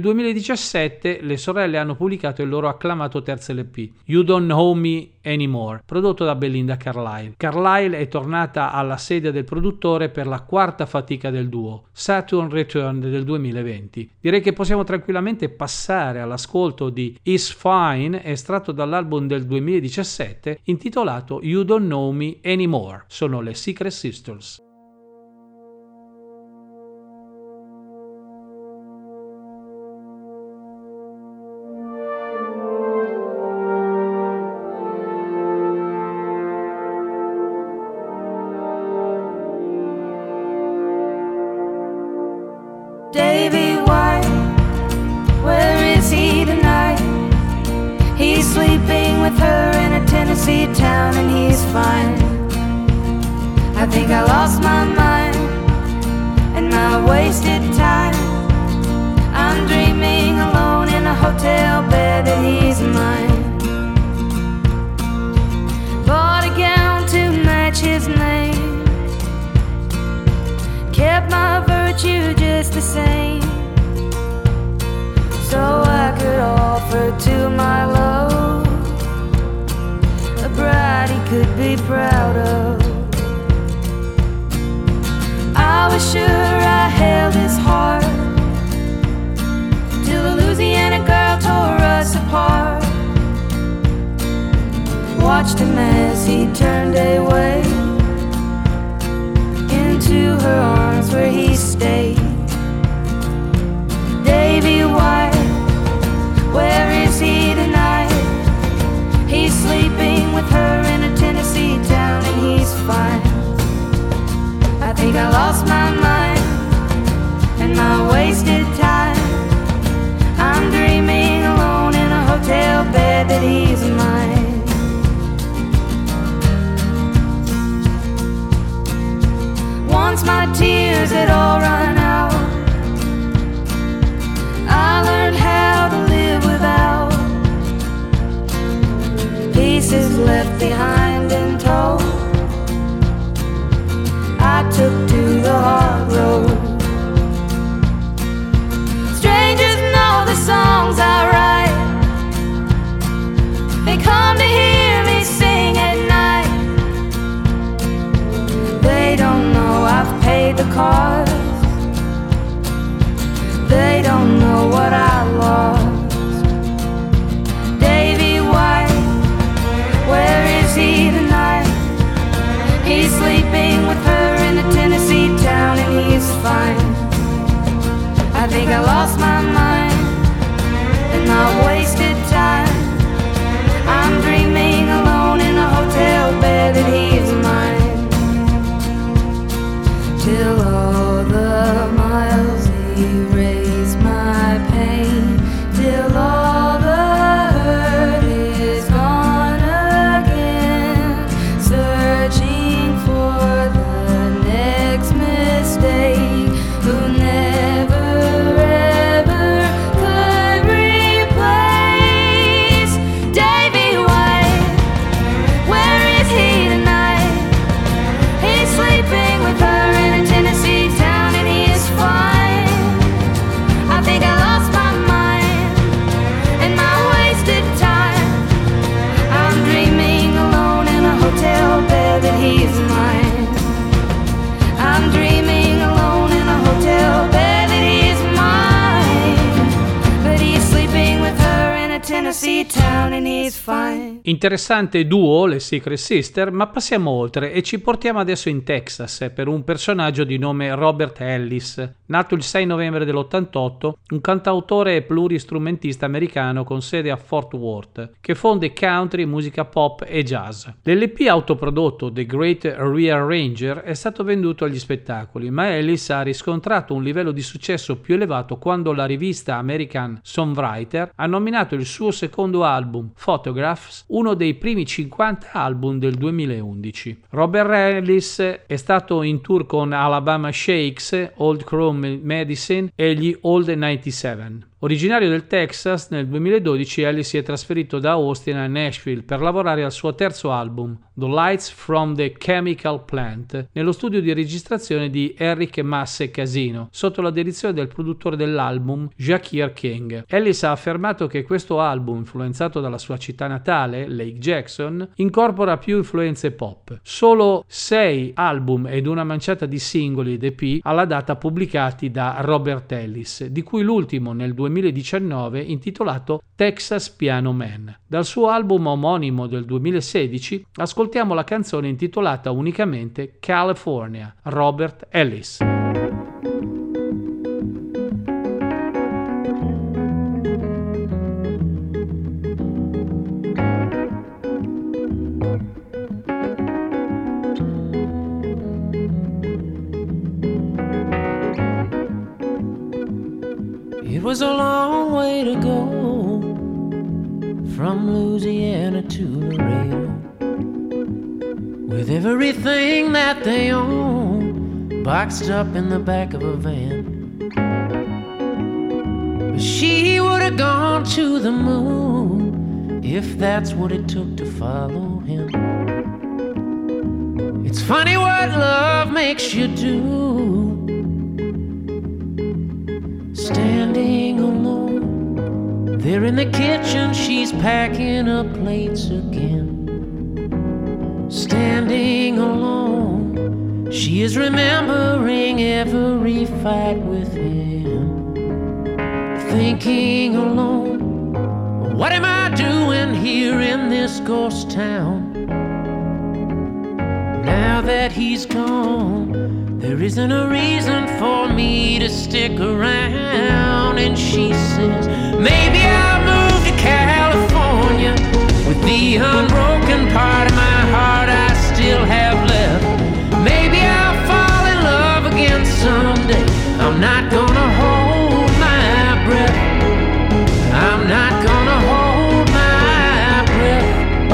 2017 le sorelle hanno pubblicato il loro acclamato terzo LP, You Don't Owe Me Anymore, prodotto da Belinda Carlisle. Carlisle è tornata alla sedia del produttore per la quarta fatica del duo, Saturn Return del 2020. Direi che possiamo tranquillamente passare all'ascolto di Is Fine, estratto dall'album del 2017 intitolato You Don't Know Me Anymore. Sono le Secret Sisters. Davy White, where is he tonight? He's sleeping with her in a Tennessee town and he's fine. I think I lost my mind and my wasted time. I'm dreaming alone in a hotel bed that he's mine. Bought a gown to match his name, kept my virtue just the same, so I could offer to my love a bride he could be proud of. I was sure I held his heart till the Louisiana girl tore us apart. Watched him as he turned away into her arms where he stayed. Davy White, where is he tonight? He's sleeping with her in a Tennessee town and he's fine. I think I lost my mind and my wasted time. I'm dreaming alone in a hotel bed that he's mine. Once my tears had all run out, I learned how to live without pieces left behind and told. I took to the hard road. Strangers know the songs I write. They come to hear me sing at night. They don't know I've paid the cost. They don't know what I lost. Davy White, where is he tonight? He's sleeping with her in a Tennessee town and he's fine. I think I lost my mind and my wasted time. I'm dreaming alone in a hotel bed that he's mine. Till all the miles erase my pain, till all the hurt is gone again. Tennessee town and he's fine. Interessante duo, le Secret Sister, ma passiamo oltre e ci portiamo adesso in Texas per un personaggio di nome Robert Ellis. Nato il 6 novembre dell'88, un cantautore e pluristrumentista americano con sede a Fort Worth, che fonde country, musica pop e jazz. L'LP autoprodotto The Great Rearranger è stato venduto agli spettacoli, ma Ellis ha riscontrato un livello di successo più elevato quando la rivista American Songwriter ha nominato il suo secondo album, Photographs, uno dei primi 50 album del 2011. Robert Ellis è stato in tour con Alabama Shakes, Old Crow Medicine e gli Old 97. Originario del Texas, nel 2012 Ellis si è trasferito da Austin a Nashville per lavorare al suo terzo album, The Lights from the Chemical Plant, nello studio di registrazione di Eric Masse Casino, sotto la direzione del produttore dell'album, Jacquier King. Ellis ha affermato che questo album, influenzato dalla sua città natale, Lake Jackson, incorpora più influenze pop. Solo 6 album ed una manciata di singoli ed EP alla data pubblicati da Robert Ellis, di cui l'ultimo nel 2019 intitolato Texas Piano Man. Dal suo album omonimo del 2016 ascoltiamo la canzone intitolata unicamente California, Robert Ellis. It was a long way to go from Louisiana to Laredo, with everything that they own boxed up in the back of a van. But she would have gone to the moon if that's what it took to follow him. It's funny what love makes you do. Standing alone, there in the kitchen, she's packing up plates again. Standing alone, she is remembering every fight with him. Thinking alone, what am I doing here in this ghost town? Now that he's gone, there isn't a reason for me to stick around. And she says, maybe I'll move to California with the unbroken part of my heart I still have left. Maybe I'll fall in love again someday. I'm not gonna hold my breath. I'm not gonna hold my breath.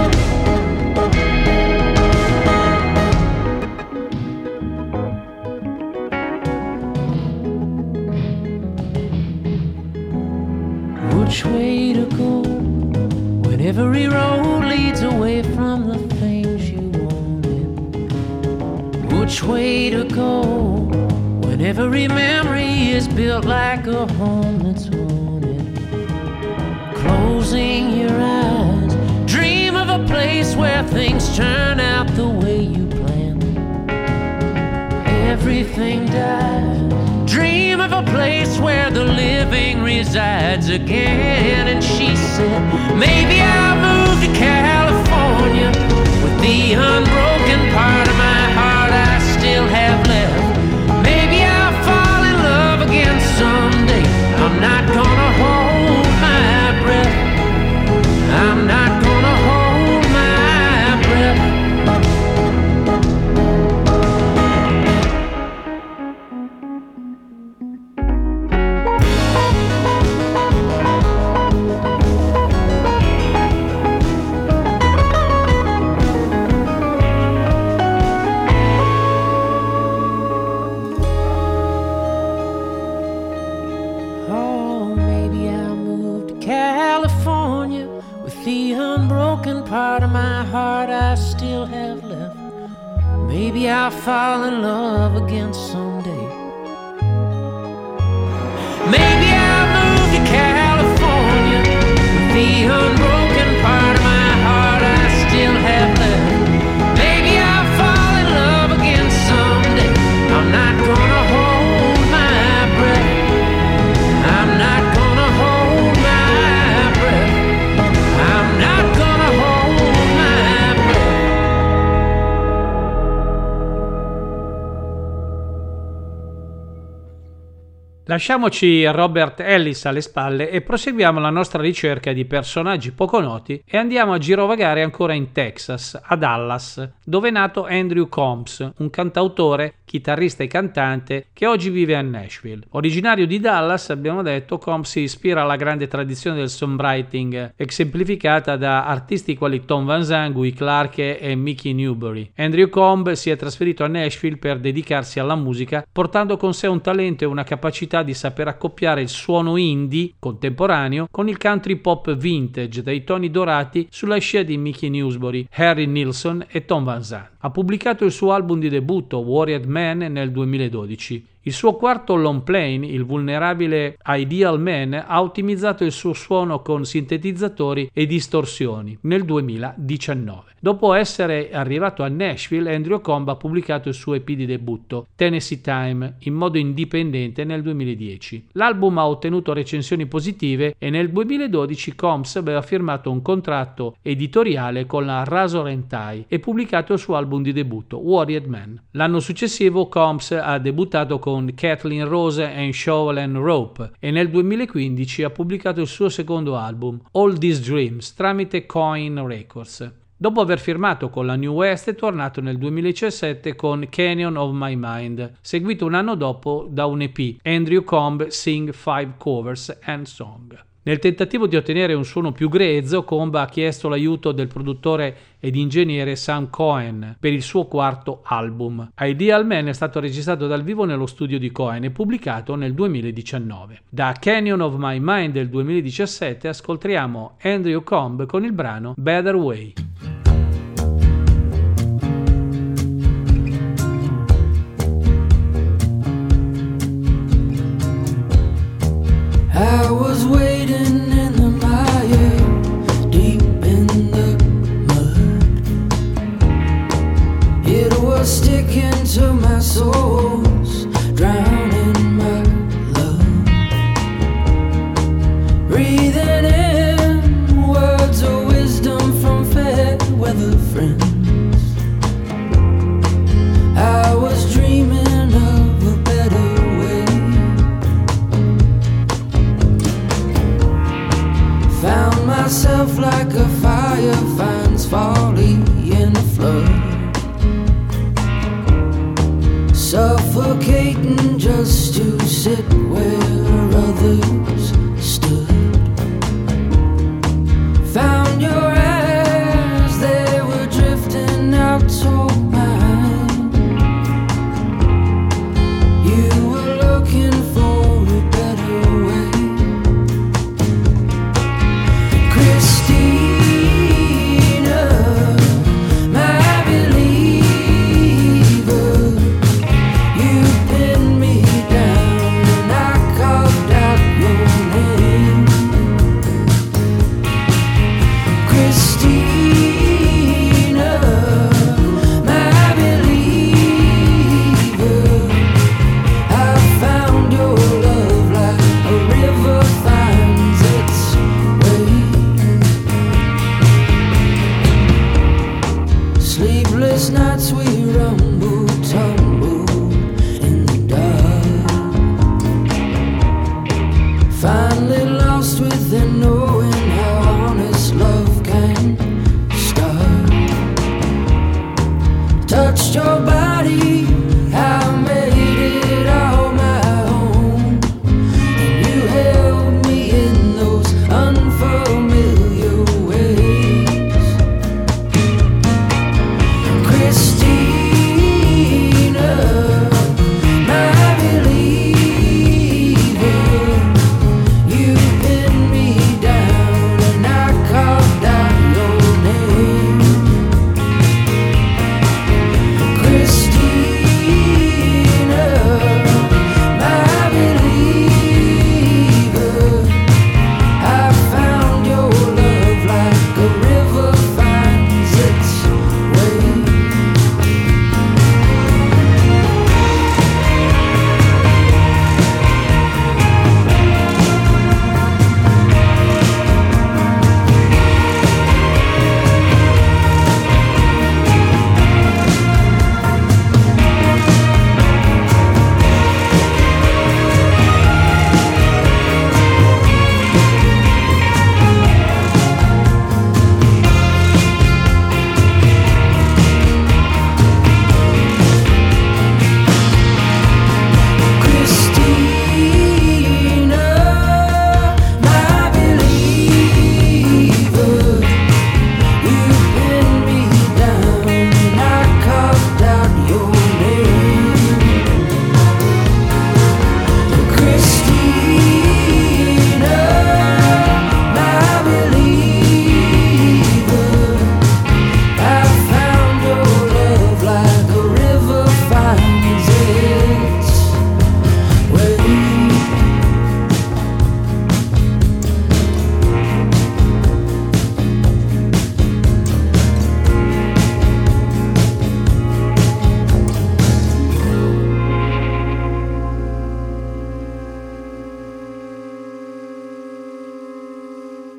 Which way to go when every road leads away from the things you wanted? Which way to go when every memory is built like a home that's haunted? Closing your eyes, dream of a place where things turn out the way you planned. Everything dies. Dream of a place where the living resides again. And she said, maybe I'll move to California with the unbroken part of my heart I still have left. Maybe I'll fall in love again someday. I'm not gonna hold my breath. I'm not gonna hold my breath. Part of my heart I still have left. Maybe I'll fall in love again someday. Maybe I'll move to California with the unbroken part of my heart I still have left. Maybe I'll fall in love again someday. I'm not gonna hold my breath. I'm not gonna hold my breath. Lasciamoci Robert Ellis alle spalle e proseguiamo la nostra ricerca di personaggi poco noti e andiamo a girovagare ancora in Texas, a Dallas, dove è nato Andrew Combs, un cantautore, chitarrista e cantante che oggi vive a Nashville. Originario di Dallas, abbiamo detto, Combs si ispira alla grande tradizione del songwriting, esemplificata da artisti quali Tom Van Zandt, Guy Clark e Mickey Newbury. Andrew Combs si è trasferito a Nashville per dedicarsi alla musica, portando con sé un talento e una capacità di saper accoppiare il suono indie contemporaneo con il country pop vintage dai toni dorati sulla scia di Mickey Newbury, Harry Nilsson e Tom Van Zandt. Ha pubblicato il suo album di debutto Worried Man nel 2012. Il suo quarto long plane, il vulnerabile Ideal Man, ha ottimizzato il suo suono con sintetizzatori e distorsioni nel 2019. Dopo essere arrivato a Nashville, Andrew Combs ha pubblicato il suo EP di debutto, Tennessee Time, in modo indipendente nel 2010. L'album ha ottenuto recensioni positive e nel 2012 Combs aveva firmato un contratto editoriale con la Razor & Tie e pubblicato il suo album di debutto, Worried Man. L'anno successivo Combs ha debuttato con Kathleen Rose and Shovel and Rope e nel 2015 ha pubblicato il suo secondo album, All These Dreams, tramite Coin Records. Dopo aver firmato con la New West è tornato nel 2017 con Canyon of My Mind, seguito un anno dopo da un EP, Andrew Combs Sing 5 Covers and Song. Nel tentativo di ottenere un suono più grezzo, Combs ha chiesto l'aiuto del produttore ed ingegnere Sam Cohen per il suo quarto album. Ideal Man è stato registrato dal vivo nello studio di Cohen e pubblicato nel 2019. Da Canyon of My Mind del 2017 ascoltiamo Andrew Combs con il brano Better Way. I was waiting in the mire, deep in the mud. It was sticking to my soles, drowning my love. Breathing in words of wisdom from fair weather friends. I was dreaming of a better way. Found myself like a fire finds folly in a flood, suffocating just to sit where others stood. Found your eyes, they were drifting out so mine. You were looking for a better way. Your name.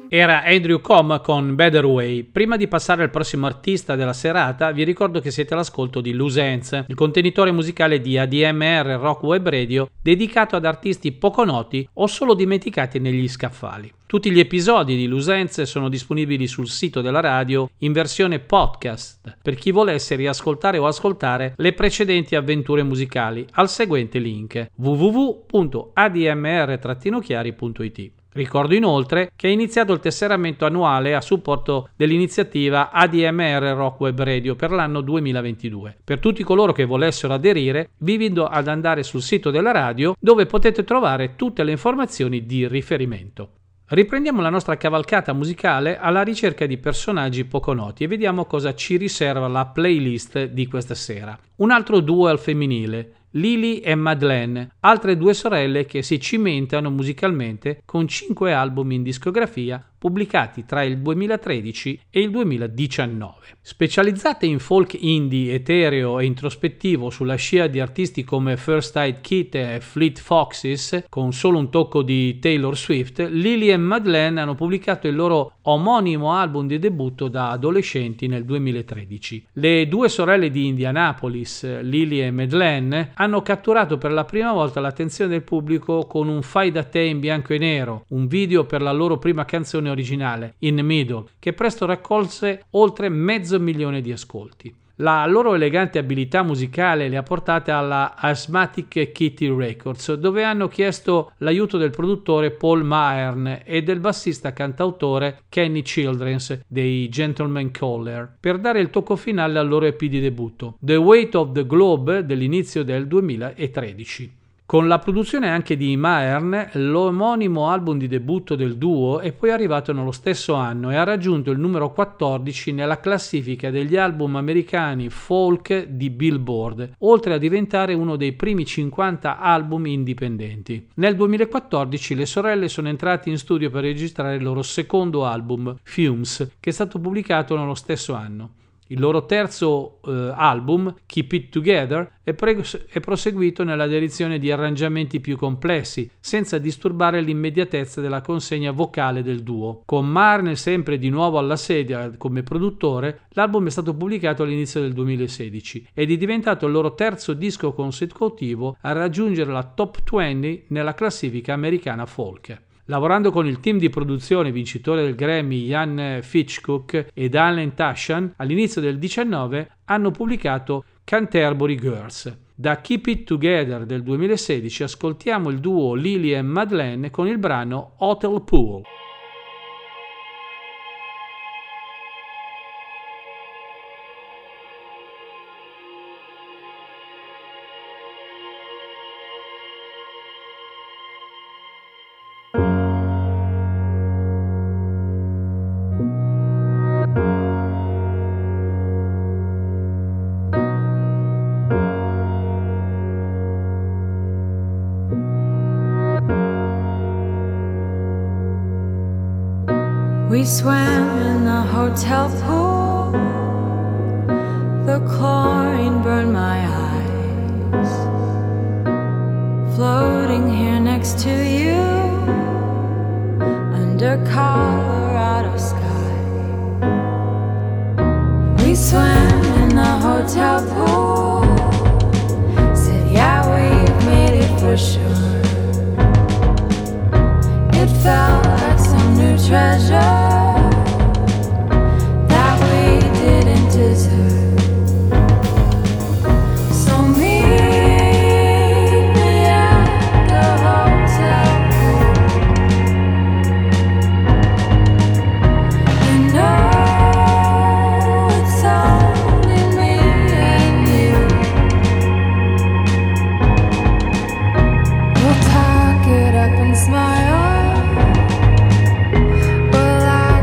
Era Andrew Combe con Better Way. Prima di passare al prossimo artista della serata, vi ricordo che siete all'ascolto di Loose Ends, il contenitore musicale di ADMR Rock Web Radio dedicato ad artisti poco noti o solo dimenticati negli scaffali. Tutti gli episodi di Loose Ends sono disponibili sul sito della radio in versione podcast per chi volesse riascoltare o ascoltare le precedenti avventure musicali al seguente link: www.admr-chiari.it. Ricordo inoltre che è iniziato il tesseramento annuale a supporto dell'iniziativa ADMR Rock Web Radio per l'anno 2022. Per tutti coloro che volessero aderire, vi invito ad andare sul sito della radio dove potete trovare tutte le informazioni di riferimento. Riprendiamo la nostra cavalcata musicale alla ricerca di personaggi poco noti e vediamo cosa ci riserva la playlist di questa sera. Un altro duo al femminile, Lily e Madeleine, altre due sorelle che si cimentano musicalmente con 5 album in discografia pubblicati tra il 2013 e il 2019. Specializzate in folk indie etereo e introspettivo sulla scia di artisti come First Aid Kit e Fleet Foxes, con solo un tocco di Taylor Swift, Lily e Madeleine hanno pubblicato il loro omonimo album di debutto da adolescenti nel 2013. Le due sorelle di Indianapolis, Lily e Madeleine, hanno catturato per la prima volta l'attenzione del pubblico con un fai da te in bianco e nero, un video per la loro prima canzone originale, In the Middle, che presto raccolse oltre 500.000 di ascolti. La loro elegante abilità musicale le ha portate alla Asthmatic Kitty Records, dove hanno chiesto l'aiuto del produttore Paul Mahern e del bassista cantautore Kenny Childress dei Gentleman Caller per dare il tocco finale al loro EP di debutto, The Weight of the Globe, dell'inizio del 2013. Con la produzione anche di Mahern, l'omonimo album di debutto del duo è poi arrivato nello stesso anno e ha raggiunto il numero 14 nella classifica degli album americani folk di Billboard, oltre a diventare uno dei primi 50 album indipendenti. Nel 2014 le sorelle sono entrate in studio per registrare il loro secondo album, Fumes, che è stato pubblicato nello stesso anno. Il loro terzo album, Keep It Together, è proseguito nella direzione di arrangiamenti più complessi, senza disturbare l'immediatezza della consegna vocale del duo. Con Mahern sempre di nuovo alla sedia come produttore, l'album è stato pubblicato all'inizio del 2016 ed è diventato il loro terzo disco consecutivo a raggiungere la top 20 nella classifica americana folk. Lavorando con il team di produzione vincitore del Grammy Ian Fitchcock ed Alan Tashan, all'inizio del 2019 hanno pubblicato Canterbury Girls. Da Keep It Together del 2016 ascoltiamo il duo Lily e Madeleine con il brano Hotel Pool. We swam in the hotel pool. The chlorine burned my eyes. Floating here next to you under Colorado sky. We swam in the hotel pool. Said, yeah, we've made it for sure. It felt like some new treasure that we didn't deserve. So meet me at the hotel pool. You know it's only me and you. We'll talk it up and smile. Well, I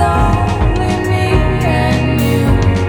only me and you.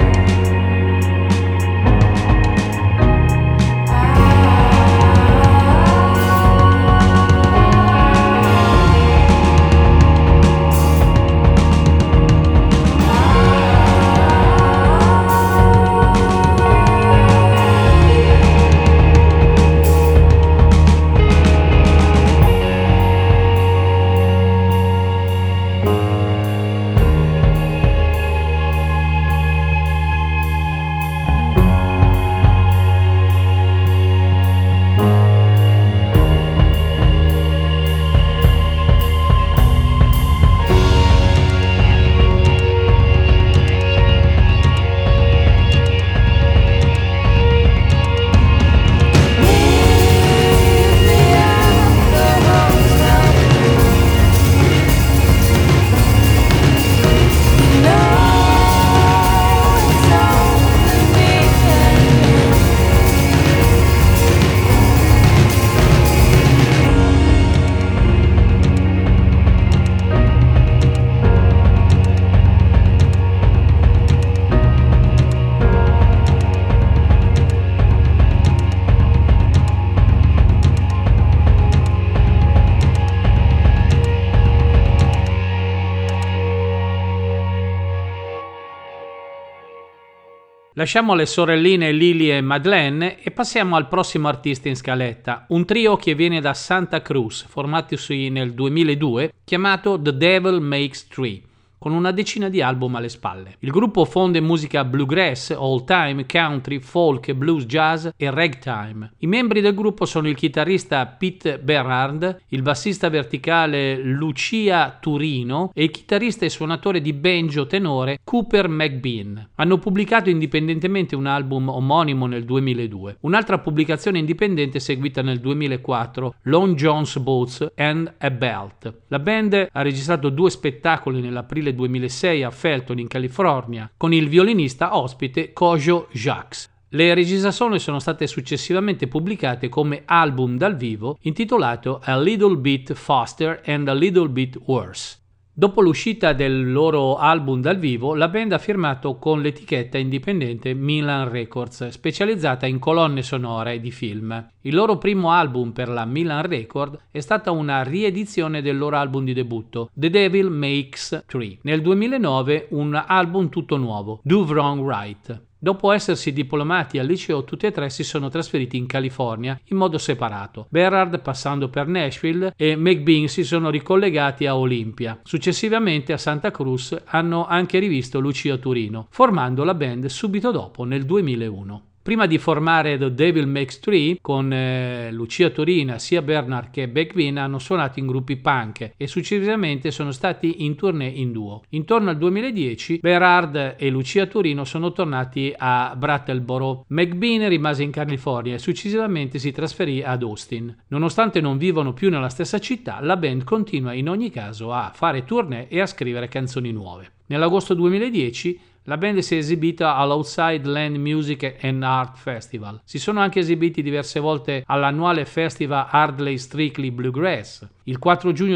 Lasciamo le sorelline Lily e Madeleine e passiamo al prossimo artista in scaletta, un trio che viene da Santa Cruz, formatosi nel 2002, chiamato The Devil Makes Three, con una decina di album alle spalle. Il gruppo fonde musica bluegrass, old time, country, folk, blues, jazz e ragtime. I membri del gruppo sono il chitarrista Pete Berard, il bassista verticale Lucia Turino e il chitarrista e suonatore di banjo tenore Cooper McBean. Hanno pubblicato indipendentemente un album omonimo nel 2002. Un'altra pubblicazione indipendente seguita nel 2004, Long John's Boots and a Belt. La band ha registrato 2 spettacoli nell'aprile 2006 a Felton in California con il violinista ospite Kojo Jacques. Le registrazioni sono state successivamente pubblicate come album dal vivo intitolato A Little Bit Faster and a Little Bit Worse. Dopo l'uscita del loro album dal vivo, la band ha firmato con l'etichetta indipendente Milan Records, specializzata in colonne sonore di film. Il loro primo album per la Milan Record è stata una riedizione del loro album di debutto, The Devil Makes Three. Nel 2009 un album tutto nuovo, Do Wrong Right. Dopo essersi diplomati al liceo, tutti e tre si sono trasferiti in California in modo separato. Berard passando per Nashville e McBean si sono ricollegati a Olympia. Successivamente a Santa Cruz hanno anche rivisto Lucia Turino, formando la band subito dopo nel 2001. Prima di formare The Devil Makes Three, con Lucia Turina, sia Bernard che McBean hanno suonato in gruppi punk e successivamente sono stati in tournée in duo. Intorno al 2010 Berard e Lucia Turino sono tornati a Brattleboro. McBean rimase in California e successivamente si trasferì ad Austin. Nonostante non vivono più nella stessa città, la band continua in ogni caso a fare tournée e a scrivere canzoni nuove. Nell'agosto 2010 la band si è esibita all'Outside Land Music and Art Festival. Si sono anche esibiti diverse volte all'annuale festival Hardly Strictly Bluegrass. Il 4 giugno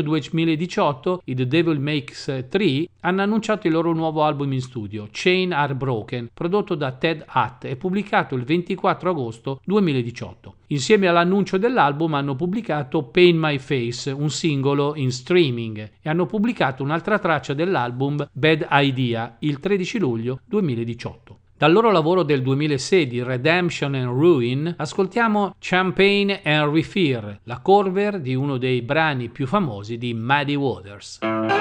2018 i The Devil Makes Three hanno annunciato il loro nuovo album in studio, Chain Are Broken, prodotto da Ted Hutt e pubblicato il 24 agosto 2018. Insieme all'annuncio dell'album hanno pubblicato Paint My Face, un singolo in streaming, e hanno pubblicato un'altra traccia dell'album Bad Idea il 13 luglio 2018. Dal loro lavoro del 2006 di Redemption and Ruin ascoltiamo Champagne and Reefer, la cover di uno dei brani più famosi di Muddy Waters.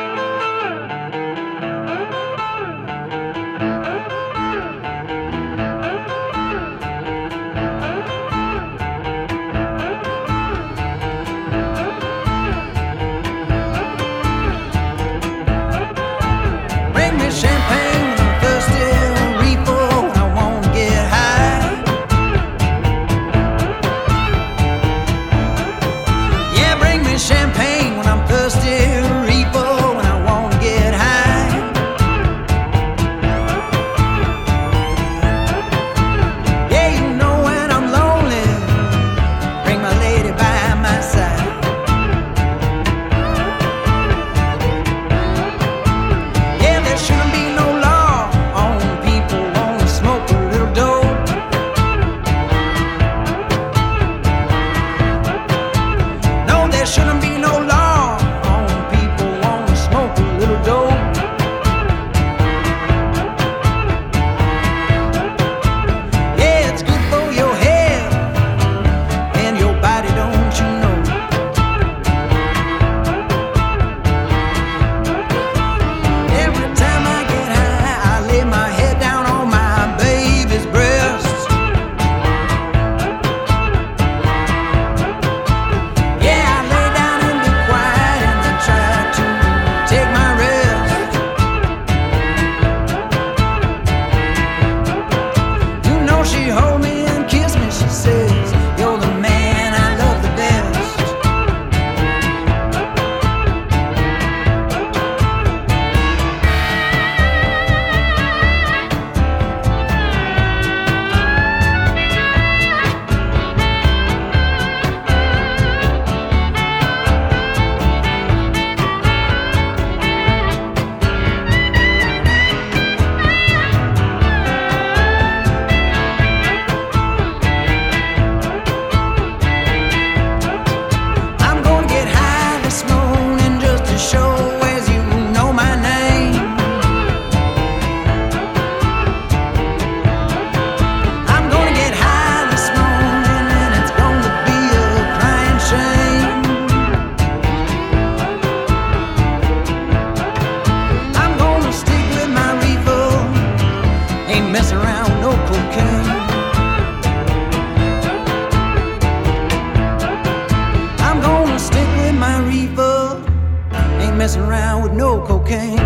Bring me champagne when I'm thirsty, reefer when I wanna get high. Yeah, bring me champagne when I'm thirsty, reefer when I wanna messing around with no cocaine.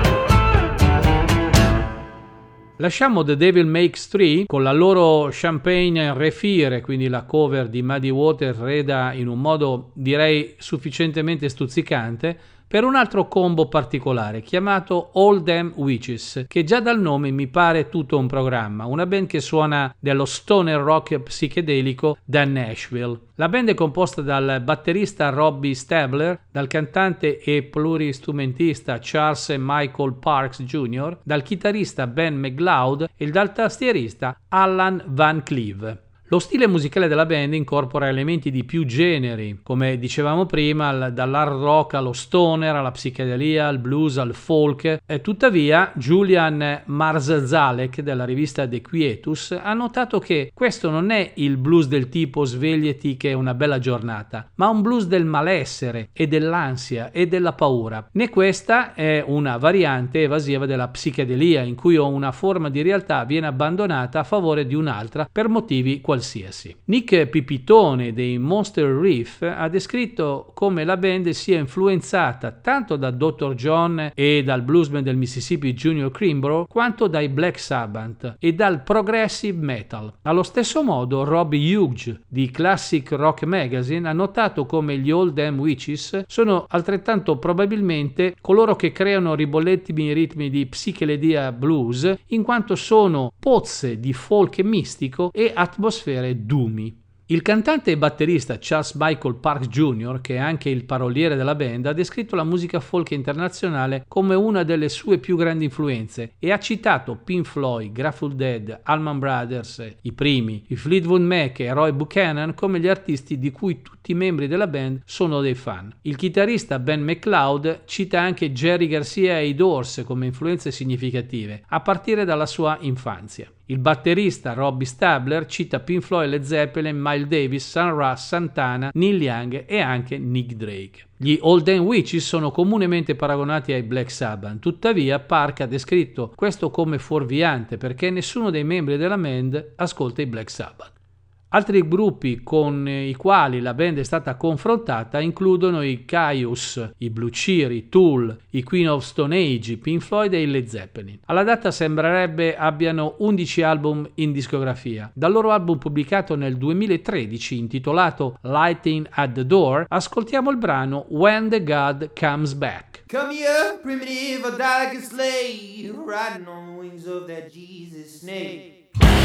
Lasciamo The Devil Makes Three con la loro Champagne Refire, quindi la cover di Muddy Waters resa in un modo direi sufficientemente stuzzicante, per un altro combo particolare chiamato All Them Witches, che già dal nome mi pare tutto un programma, una band che suona dello stoner rock psichedelico da Nashville. La band è composta dal batterista Robbie Stabler, dal cantante e pluristrumentista Charles Michael Parks Jr., dal chitarrista Ben McLeod e dal tastierista Alan Van Cleve. Lo stile musicale della band incorpora elementi di più generi, come dicevamo prima, dall'hard rock allo stoner, alla psichedelia, al blues, al folk. Tuttavia, Julian Marzalek della rivista The Quietus ha notato che questo non è il blues del tipo svegliati che è una bella giornata, ma un blues del malessere e dell'ansia e della paura. Né questa è una variante evasiva della psichedelia, in cui una forma di realtà viene abbandonata a favore di un'altra per motivi qualsiasi. Nick Pipitone dei Monster Reef ha descritto come la band sia influenzata tanto da Dr. John e dal bluesman del Mississippi Junior Kimbrough quanto dai Black Sabbath e dal progressive metal. Allo stesso modo Robbie Hughes di Classic Rock Magazine ha notato come gli All Them Witches sono altrettanto probabilmente coloro che creano ribollettimi ritmi di psichedelia blues, in quanto sono pozze di folk mistico e atmosfere dumi. Il cantante e batterista Charles Michael Parks Jr., che è anche il paroliere della band, ha descritto la musica folk internazionale come una delle sue più grandi influenze e ha citato Pink Floyd, Grateful Dead, Allman Brothers, i primi, i Fleetwood Mac e Roy Buchanan come gli artisti di cui tutti i membri della band sono dei fan. Il chitarrista Ben McLeod cita anche Jerry Garcia e i Doors come influenze significative, a partire dalla sua infanzia. Il batterista Robbie Stabler cita Pink Floyd, Led Zeppelin, Miles Davis, Sun Ra, Santana, Neil Young e anche Nick Drake. Gli All Them Witches sono comunemente paragonati ai Black Sabbath, tuttavia Park ha descritto questo come fuorviante perché nessuno dei membri della band ascolta i Black Sabbath. Altri gruppi con i quali la band è stata confrontata includono i Kyuss, i Blue Cheer, i Tool, i Queen of Stone Age, i Pink Floyd e i Led Zeppelin. Alla data sembrerebbe abbiano 11 album in discografia. Dal loro album pubblicato nel 2013 intitolato Lighting at the Door ascoltiamo il brano When the God Comes Back. Come here, primitive, or die like a slave, riding on the wings of that Jesus snake.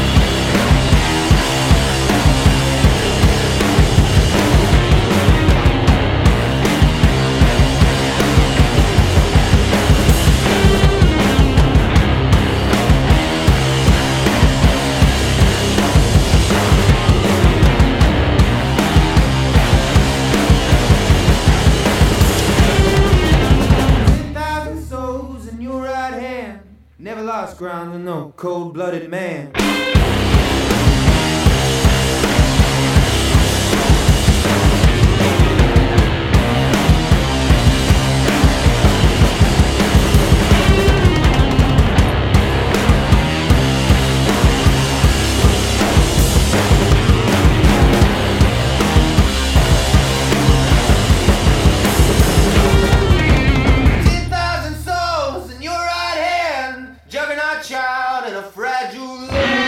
10,000 souls in your right hand, never lost ground to no cold-blooded man. Child in a fragile land.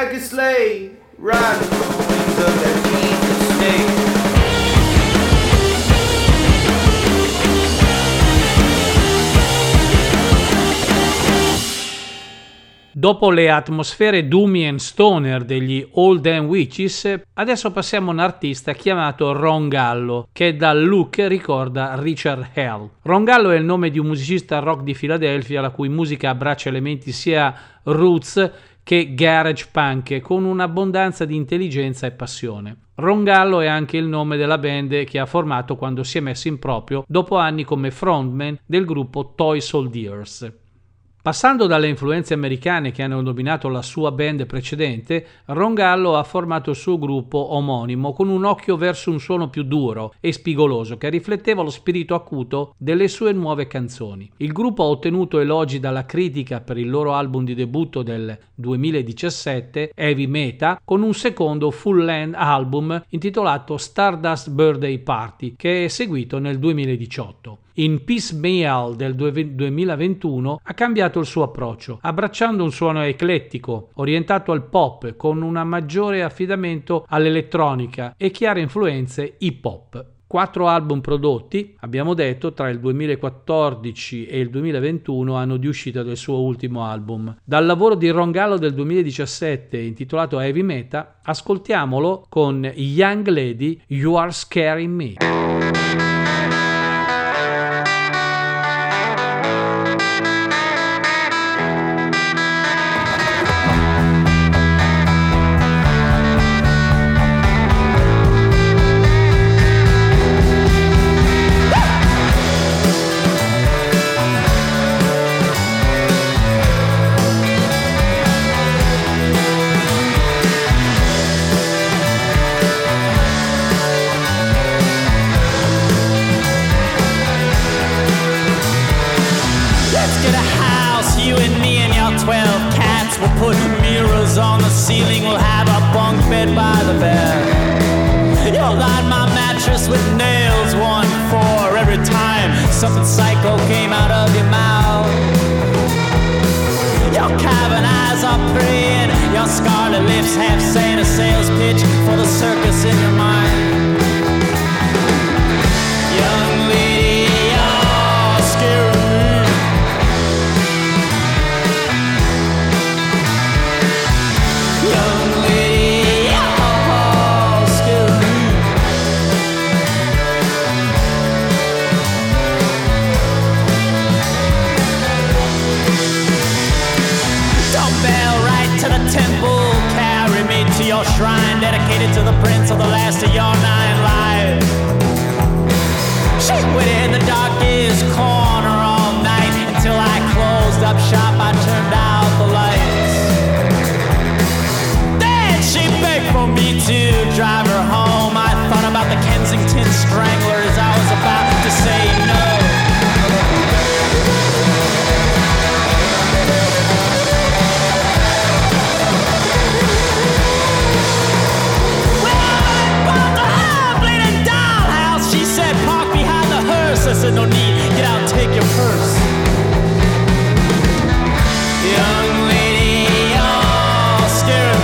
like a slave, riding on the wings of that evil snake. Dopo le atmosfere doomy and stoner degli Old Damn Witches, adesso passiamo a un artista chiamato Ron Gallo, che dal look ricorda Richard Hell. Ron Gallo è il nome di un musicista rock di Filadelfia la cui musica abbraccia elementi sia roots che garage punk, con un'abbondanza di intelligenza e passione. Ron Gallo è anche il nome della band che ha formato quando si è messo in proprio dopo anni come frontman del gruppo Toy Soldiers. Passando dalle influenze americane che hanno dominato la sua band precedente, Ron Gallo ha formato il suo gruppo omonimo con un occhio verso un suono più duro e spigoloso che rifletteva lo spirito acuto delle sue nuove canzoni. Il gruppo ha ottenuto elogi dalla critica per il loro album di debutto del 2017, Heavy Meta, con un secondo full-length album intitolato Stardust Birthday Party, che è seguito nel 2018. In Piecemeal del 2021 ha cambiato il suo approccio, abbracciando un suono eclettico, orientato al pop, con un maggiore affidamento all'elettronica e chiare influenze hip hop. 4 album prodotti, abbiamo detto, tra il 2014 e il 2021 hanno di uscita del suo ultimo album. Dal lavoro di Ron Gallo del 2017, intitolato Heavy Meta, ascoltiamolo con Young Lady, You Are Scaring Me. Ceiling will have a bunk bed by the bed. You'll line my mattress with nails, 1 for every time something psycho came out of your mouth. Your cavern eyes are praying, your scarlet lips half saying a sales pitch for the circus in your mind. Young lady, you're scaring me. Young lady, you're scaring me. Dumbbell right to the temple, carry me to your shrine, dedicated to the prince of the last of your 9 lives. She waited in the darkest corner all night until I closed up shop. I turned out the lights. Then she begged for me to drive her home. I thought about the Kensington Stranglers. I was about to say no. I said, no need, get out, take your purse. Young lady, you're scared.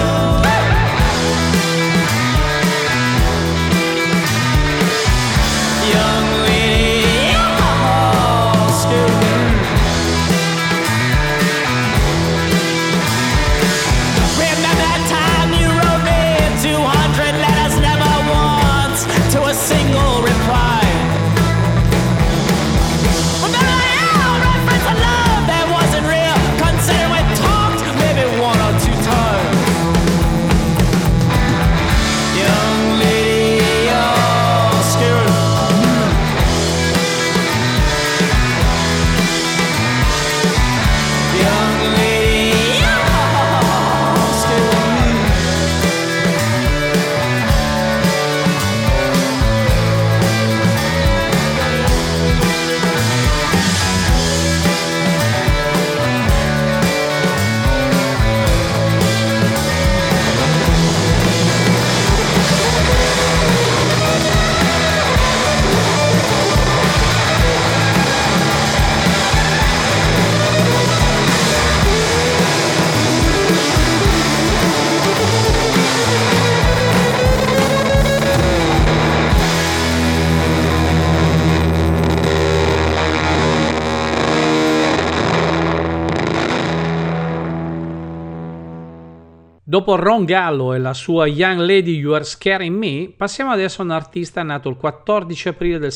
Dopo Ron Gallo e la sua Young Lady You Are Scaring Me, passiamo adesso a un artista nato il 14 aprile del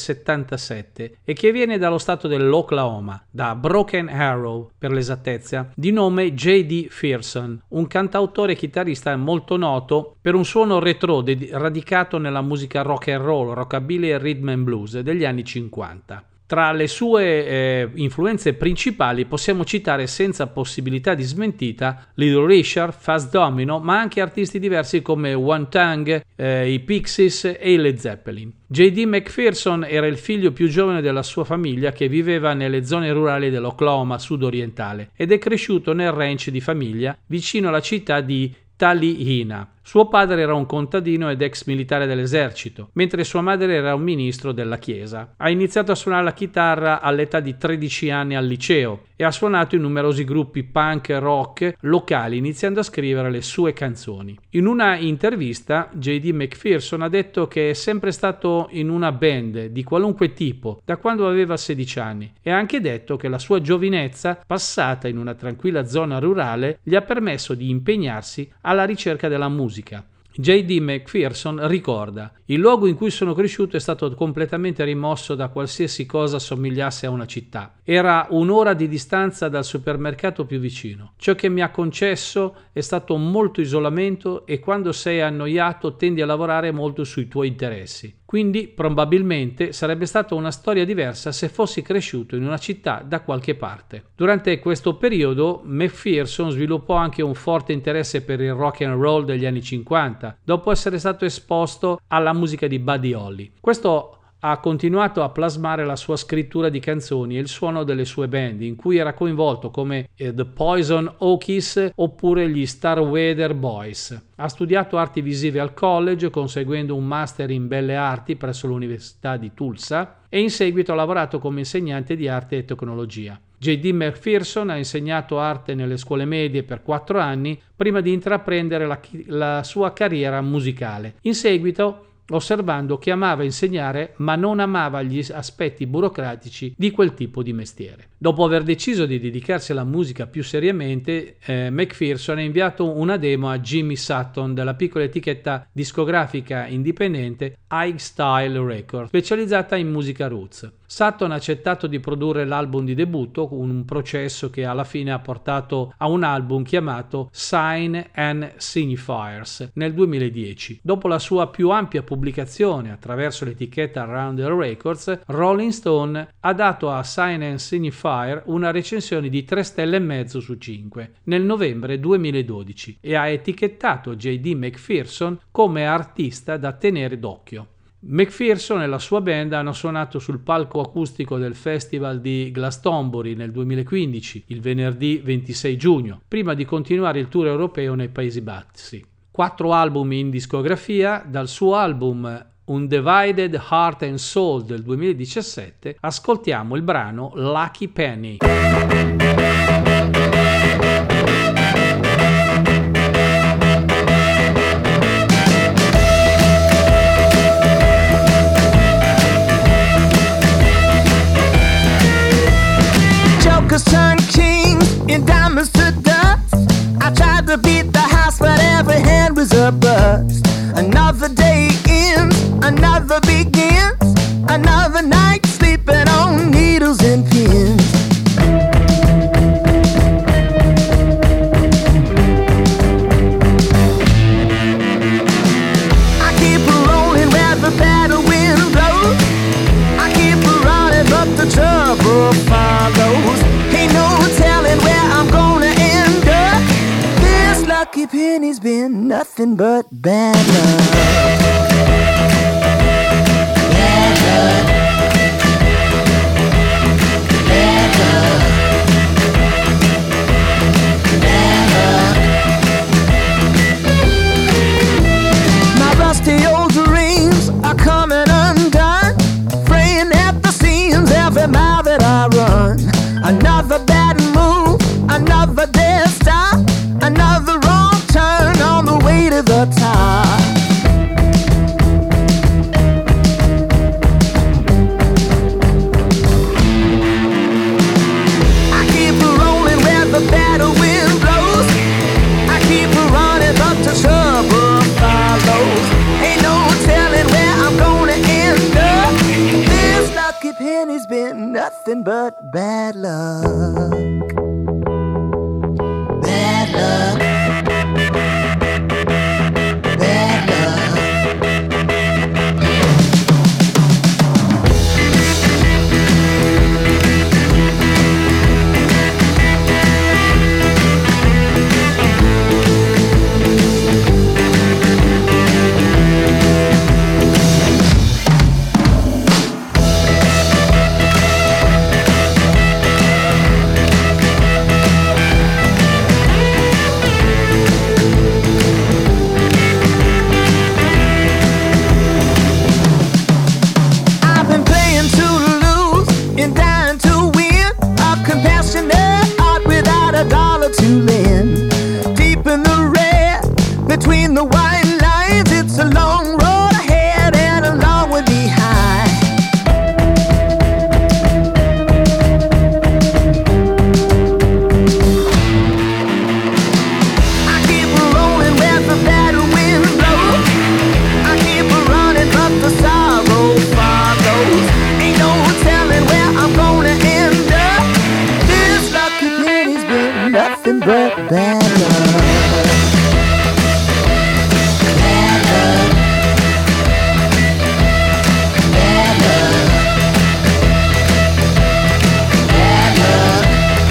77 e che viene dallo stato dell'Oklahoma, da Broken Arrow per l'esattezza, di nome J.D. Fearson, un cantautore e chitarrista molto noto per un suono retro radicato nella musica rock and roll, rockabilly e rhythm and blues degli anni 50. Tra le sue influenze principali possiamo citare senza possibilità di smentita Little Richard, Fats Domino, ma anche artisti diversi come One Tongue, i Pixies e i Led Zeppelin. J.D. McPherson era il figlio più giovane della sua famiglia che viveva nelle zone rurali dell'Oklahoma sud-orientale ed è cresciuto nel ranch di famiglia vicino alla città di Talihina. Suo padre era un contadino ed ex militare dell'esercito, mentre sua madre era un ministro della chiesa. Ha iniziato a suonare la chitarra all'età di 13 anni al liceo e ha suonato in numerosi gruppi punk e rock locali, iniziando a scrivere le sue canzoni. In una intervista, J.D. McPherson ha detto che è sempre stato in una band di qualunque tipo da quando aveva 16 anni e ha anche detto che la sua giovinezza, passata in una tranquilla zona rurale, gli ha permesso di impegnarsi alla ricerca della musica. J.D. McPherson ricorda: il luogo in cui sono cresciuto è stato completamente rimosso da qualsiasi cosa somigliasse a una città. Era un'ora di distanza dal supermercato più vicino. Ciò che mi ha concesso è stato molto isolamento e quando sei annoiato tendi a lavorare molto sui tuoi interessi. Quindi probabilmente sarebbe stata una storia diversa se fossi cresciuto in una città da qualche parte. Durante questo periodo McPherson sviluppò anche un forte interesse per il rock and roll degli anni 50, dopo essere stato esposto alla musica di Buddy Holly. Questo ha continuato a plasmare la sua scrittura di canzoni e il suono delle sue band, in cui era coinvolto come The Poison Okies oppure gli Starweather Boys. Ha studiato arti visive al college, conseguendo un master in belle arti presso l'Università di Tulsa, e in seguito ha lavorato come insegnante di arte e tecnologia. J.D. McPherson ha insegnato arte nelle scuole medie per 4 anni prima di intraprendere la sua carriera musicale. In seguito, osservando che amava insegnare ma non amava gli aspetti burocratici di quel tipo di mestiere. Dopo aver deciso di dedicarsi alla musica più seriamente, McPherson ha inviato una demo a Jimmy Sutton della piccola etichetta discografica indipendente High-Style Records, specializzata in musica roots. Sutton ha accettato di produrre l'album di debutto, un processo che alla fine ha portato a un album chiamato Sign and Signifiers nel 2010. Dopo la sua più ampia pubblicazione attraverso l'etichetta Rounder Records, Rolling Stone ha dato a Sign and Signifier una recensione di 3,5 stelle su 5 nel novembre 2012 e ha etichettato J.D. McPherson come artista da tenere d'occhio. McPherson e la sua band hanno suonato sul palco acustico del Festival di Glastonbury nel 2015, il venerdì 26 giugno, prima di continuare il tour europeo nei Paesi Bassi. 4 album in discografia. Dal suo album Undivided Heart and Soul del 2017 ascoltiamo il brano Lucky Penny. Jokers turn kings and diamonds to dust. I tried to beat the house, but every hand was a bust. Another day ends, another begins, another night sleeping on needles and pins. I keep rolling where the battle wind blows. I keep running, but the trouble follows. Ain't no telling where I'm gonna end up. This lucky penny's been nothing but bad luck. Bad luck. Bad luck. Bad luck. My rusty old dreams are coming undone, fraying at the seams every mile that I run. Another bad move, another dead stop, another wrong turn on the way to the top. nothing but bad luck. Bad luck. Bad luck. To lend deep in the red between the white lines. It's a long road ahead and a long one behind. I keep rolling where the bad wind blows. I keep running but the sorrow follows. Ain't no telling where I'm gonna end up. This lucky penny's been nothing but bad luck. Bad luck. Bad luck. Bad luck.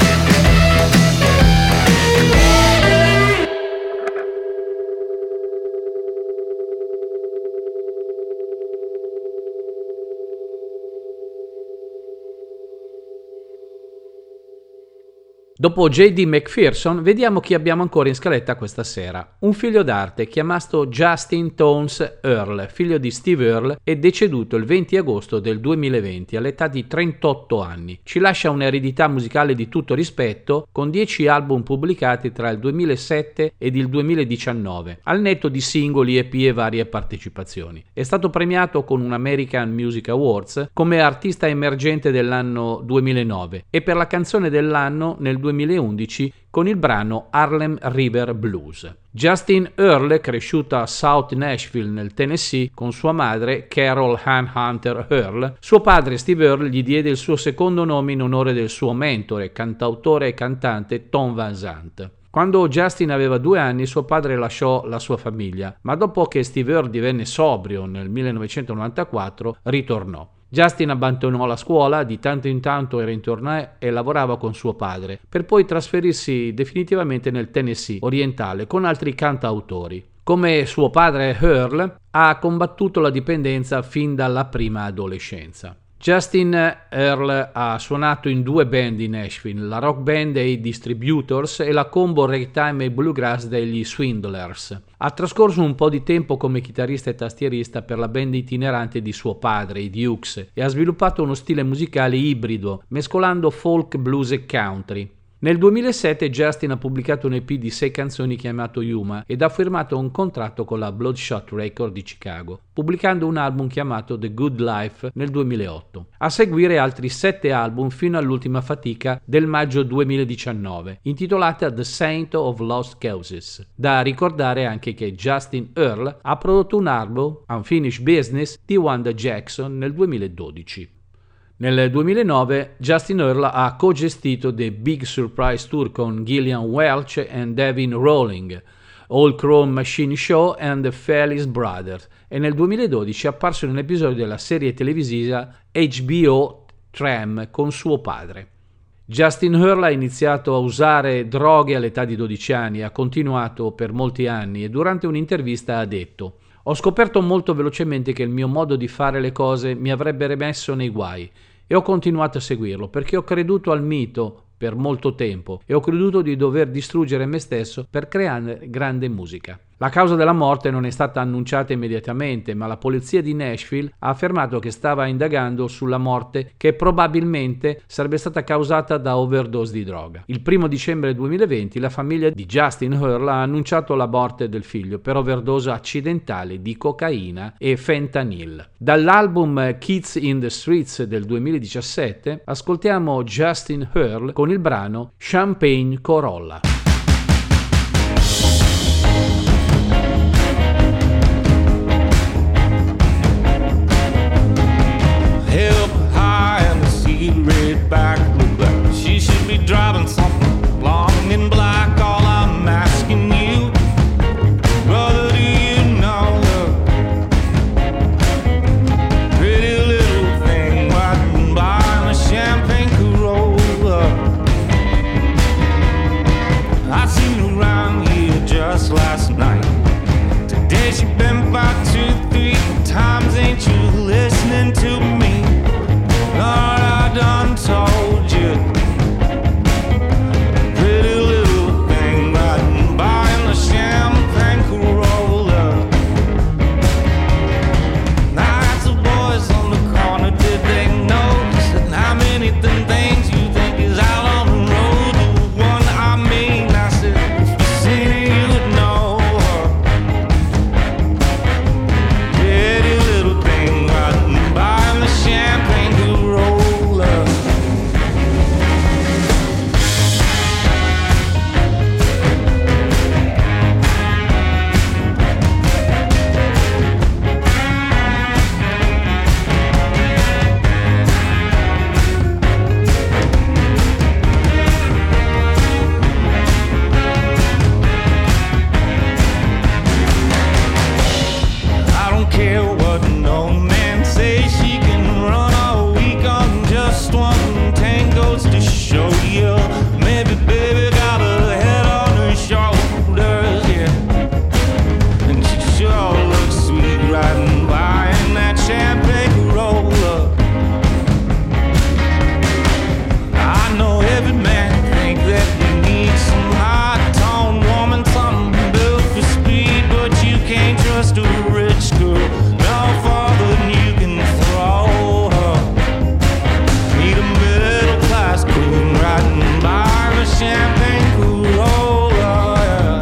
Dopo J.D. McPherson, vediamo chi abbiamo ancora in scaletta questa sera. Un figlio d'arte chiamato Justin Townes Earle, figlio di Steve Earle, è deceduto il 20 agosto del 2020 all'età di 38 anni. Ci lascia un'eredità musicale di tutto rispetto, con 10 album pubblicati tra il 2007 ed il 2019, al netto di singoli, EP e varie partecipazioni. È stato premiato con un American Music Awards come artista emergente dell'anno 2009 e per la canzone dell'anno nel 2011 con il brano Harlem River Blues. Justin Earle, cresciuto a South Nashville nel Tennessee con sua madre Carol Ann Hunter Earle, suo padre Steve Earle gli diede il suo secondo nome in onore del suo mentore, cantautore e cantante Tom Van Zandt. Quando Justin aveva 2 anni suo padre lasciò la sua famiglia, ma dopo che Steve Earle divenne sobrio nel 1994 ritornò. Justin abbandonò la scuola, di tanto in tanto era in tournée e lavorava con suo padre, per poi trasferirsi definitivamente nel Tennessee orientale con altri cantautori. Come suo padre Earle, ha combattuto la dipendenza fin dalla prima adolescenza. Justin Earle ha suonato in 2 band di Nashville, la rock band dei Distributors e la combo ragtime e bluegrass degli Swindlers. Ha trascorso un po' di tempo come chitarrista e tastierista per la band itinerante di suo padre, i Dukes, e ha sviluppato uno stile musicale ibrido, mescolando folk, blues e country. Nel 2007 Justin ha pubblicato un EP di 6 canzoni chiamato Yuma ed ha firmato un contratto con la Bloodshot Records di Chicago, pubblicando un album chiamato The Good Life nel 2008. A seguire altri 7 album fino all'ultima fatica del maggio 2019, intitolata The Saint of Lost Causes. Da ricordare anche che Justin Earle ha prodotto un album, Unfinished Business, di Wanda Jackson nel 2012. Nel 2009 Justin Earle ha co-gestito The Big Surprise Tour con Gillian Welch e Devin Rowling, All Crow Machine Show and The Felix Brothers, e nel 2012 è apparso in un episodio della serie televisiva HBO Tram con suo padre. Justin Earle ha iniziato a usare droghe all'età di 12 anni e ha continuato per molti anni, e durante un'intervista ha detto: «Ho scoperto molto velocemente che il mio modo di fare le cose mi avrebbe messo nei guai e ho continuato a seguirlo perché ho creduto al mito per molto tempo e ho creduto di dover distruggere me stesso per creare grande musica». La causa della morte non è stata annunciata immediatamente, ma la polizia di Nashville ha affermato che stava indagando sulla morte che probabilmente sarebbe stata causata da overdose di droga. Il 1 dicembre 2020 la famiglia di Justin Earle ha annunciato la morte del figlio per overdose accidentale di cocaina e fentanyl. Dall'album Kids in the Streets del 2017 ascoltiamo Justin Earle con il brano Champagne Corolla. Held high in the sea red by last night. Today she been about 2-3 times. Ain't you listening to me? Lord, I done told you. Pretty little thing riding by in the champagne Corolla. Nights the boys on the corner, did they notice that how many things you think is out on the road? The one I mean, I said, if you seen it, you would know her. Pretty little thing riding by in the champagne Corolla. I don't care what no man says. She can run a week on just one tango's to show you. Maybe baby got her head on her shoulders, yeah. And she sure looks sweet riding by in that champagne Corolla. I know every man think that you need some high-tone woman, something built for speed, but you can't trust a rich girl no farther than you can throw her. Need a middle-class queen riding by the champagne Corolla, yeah.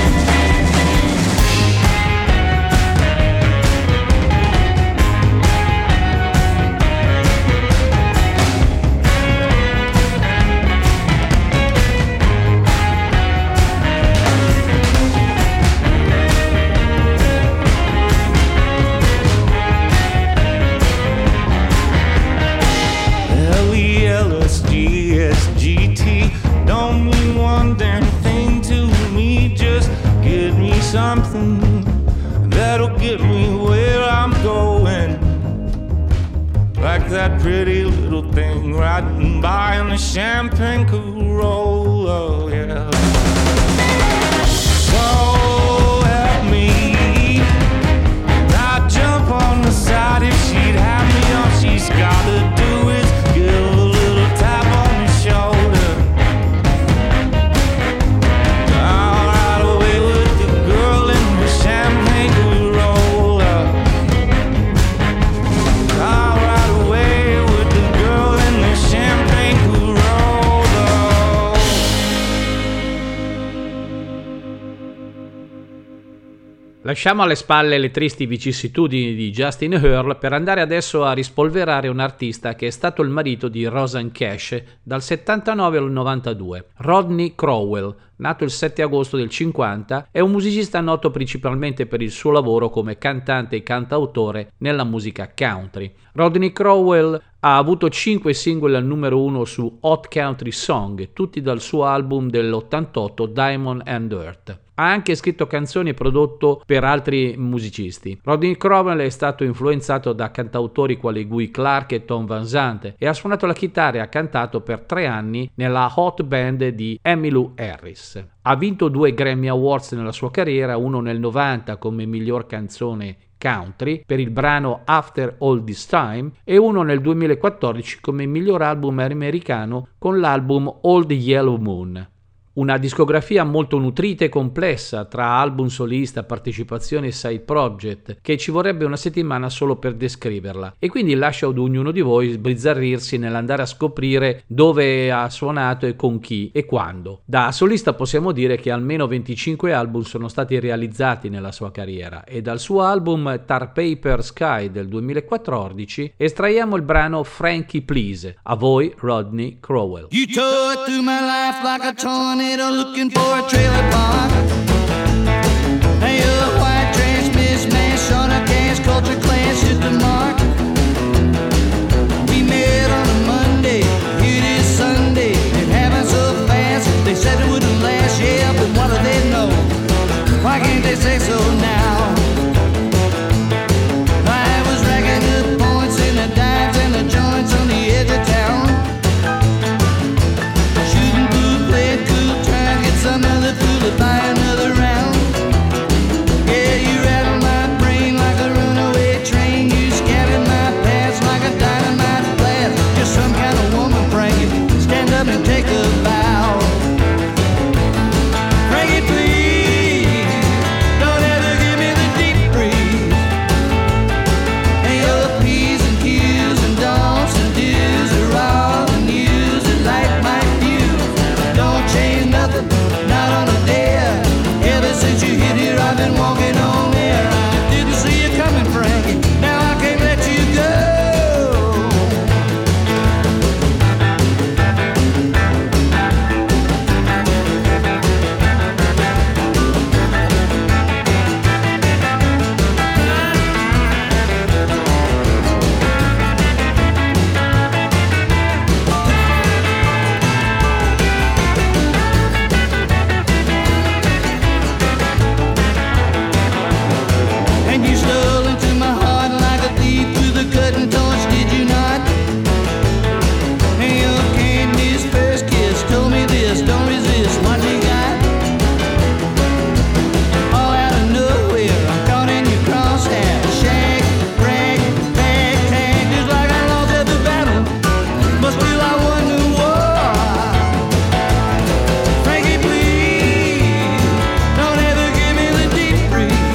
LELSGSGT don't mean one damn thing to me. Just give me something that'll get me where I'm going. Like that pretty little thing riding by in the champagne Corolla, yeah. So help me, I'd jump on the side if she'd have me. All she's gotta do is give a little tap on the shoulder. I'll ride away with the girl in the champagne Corolla. I'll ride away with the girl in the champagne Corolla. Lasciamo alle spalle le tristi vicissitudini di Justin Earle per andare adesso a rispolverare un artista che è stato il marito di Rosanne Cash dal 79 al 92. Rodney Crowell, nato il 7 agosto del 50, è un musicista noto principalmente per il suo lavoro come cantante e cantautore nella musica country. Rodney Crowell ha avuto 5 singoli al numero 1 su Hot Country Song, tutti dal suo album dell'88 Diamond and Earth. Ha anche scritto canzoni e prodotto per altri musicisti. Rodney Crowell è stato influenzato da cantautori quali Guy Clark e Tom Van Zandt e ha suonato la chitarra e ha cantato per 3 anni nella hot band di Emmylou Harris. Ha vinto 2 Grammy Awards nella sua carriera, uno nel 90 come miglior canzone country per il brano After All This Time e uno nel 2014 come miglior album americano con l'album Old Yellow Moon. Una discografia molto nutrita e complessa tra album solista, partecipazioni e side project che ci vorrebbe una settimana solo per descriverla, e quindi lascio ad ognuno di voi sbizzarrirsi nell'andare a scoprire dove ha suonato e con chi e quando. Da solista possiamo dire che almeno 25 album sono stati realizzati nella sua carriera e dal suo album Tar Paper Sky del 2014 estraiamo il brano Frankie Please. A voi Rodney Crowell. You tore through my life like a tornado looking for a trailer park. Hey, your white trash mismatch on a gas culture class hit the mark. We met on a Monday, here it is Sunday. It happened so fast, they said it wouldn't last, yeah, but what do they know? Why can't they say so now? I was racking up points in the dives and the joints on the edge of town. Shooting blue, playing cool, trying to get some other fool to buy another been walking on air. I didn't see you coming, Frankie. Now I can't let you go. And you stole into my heart like a thief through the cutting torch, did you not? And your Candy's first kiss told me this, don't resist what you got. All out of nowhere, I'm caught in your crosshairs. Shag, rag, bag, tag, just like I lost every battle, but still I won the war. Frankie, please, don't ever give me the deep freeze.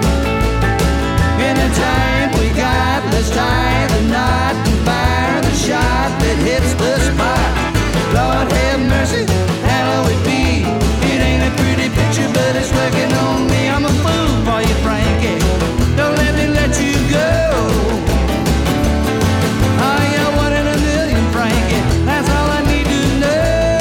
In the time we got, let's tie the knot and fire the shot that hits the spot. Lord have mercy, how'll it be? It ain't a pretty picture, but it's working on me. I'm a fool for you, Frankie. Don't let me let you go. Oh, you're one in a million, Frankie. That's all I need to know.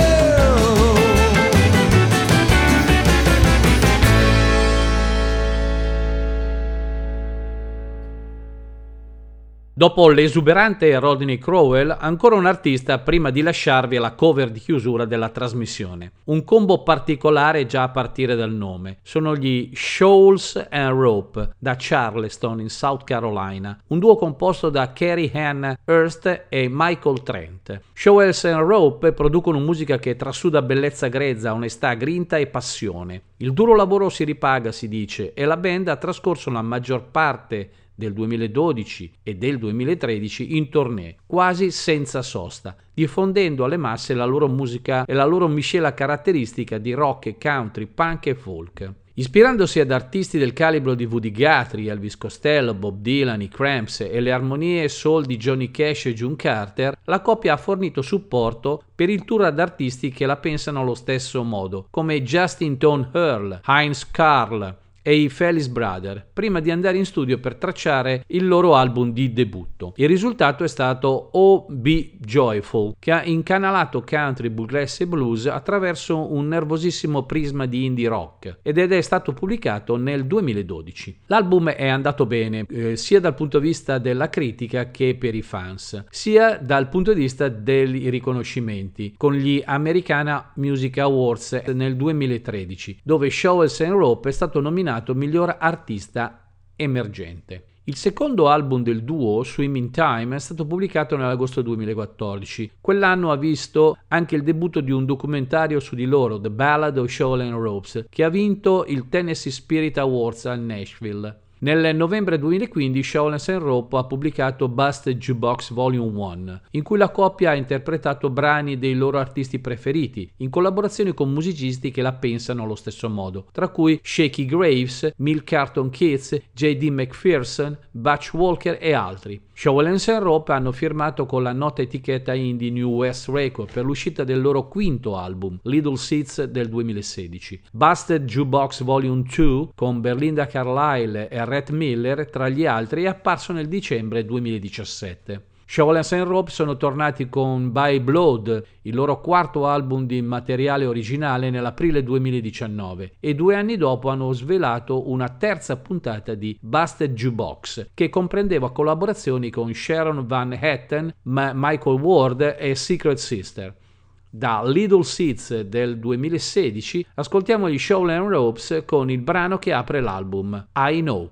Dopo l'esuberante Rodney Crowell, ancora un artista prima di lasciarvi alla cover di chiusura della trasmissione. Un combo particolare già a partire dal nome. Sono gli Shoals and Rope da Charleston in South Carolina, un duo composto da Carrie Ann Hurst e Michael Trent. Shoals and Rope producono musica che trasuda bellezza grezza, onestà, grinta e passione. Il duro lavoro si ripaga, si dice, e la band ha trascorso la maggior parte del 2012 e del 2013 in tournée, quasi senza sosta, diffondendo alle masse la loro musica e la loro miscela caratteristica di rock, country, punk e folk. Ispirandosi ad artisti del calibro di Woody Guthrie, Elvis Costello, Bob Dylan, i Cramps e le armonie soul di Johnny Cash e June Carter, la coppia ha fornito supporto per il tour ad artisti che la pensano allo stesso modo, come Justin Tone Earl, Heinz Karl e i Fellis Brothers, prima di andare in studio per tracciare il loro album di debutto. Il risultato è stato Oh Be Joyful, che ha incanalato country, bluegrass e blues attraverso un nervosissimo prisma di indie rock ed è stato pubblicato nel 2012. L'album è andato bene sia dal punto di vista della critica che per i fans, sia dal punto di vista dei riconoscimenti, con gli Americana Music Awards nel 2013, dove Shoals and Rope è stato nominato miglior artista emergente. Il secondo album del duo, Swimming Time, è stato pubblicato nell'agosto 2014. Quell'anno ha visto anche il debutto di un documentario su di loro, The Ballad of Shoals and Ropes, che ha vinto il Tennessee Spirit Awards a Nashville. Nel novembre 2015 Shoals and Rope ha pubblicato Busted Jukebox Volume 1, in cui la coppia ha interpretato brani dei loro artisti preferiti, in collaborazione con musicisti che la pensano allo stesso modo, tra cui Shakey Graves, Mill Carton Kids, J.D. McPherson, Butch Walker e altri. Shoals and Rope hanno firmato con la nota etichetta indie New West Record per l'uscita del loro quinto album, Little Seeds del 2016. Busted Jukebox Volume 2, con Belinda Carlisle e Rhett Miller tra gli altri, è apparso nel dicembre 2017. Shoals and Rope sono tornati con By Blood, il loro quarto album di materiale originale, nell'aprile 2019 e 2 anni dopo hanno svelato una terza puntata di Busted Jukebox che comprendeva collaborazioni con Sharon Van Etten, Michael Ward e Secret Sister. Da Little Seeds del 2016 ascoltiamo gli Shoals and Ropes con il brano che apre l'album, I Know.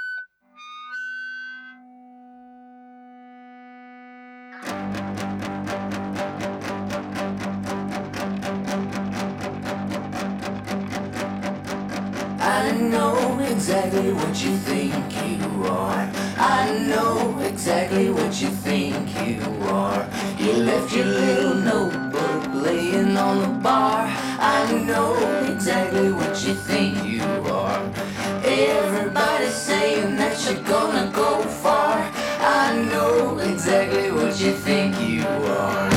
I know exactly what you think you are. I know exactly what you think you are. You left your little notebook laying on the bar. I know exactly what you think you are. Everybody's saying that you're gonna go far. I know exactly what you think you are.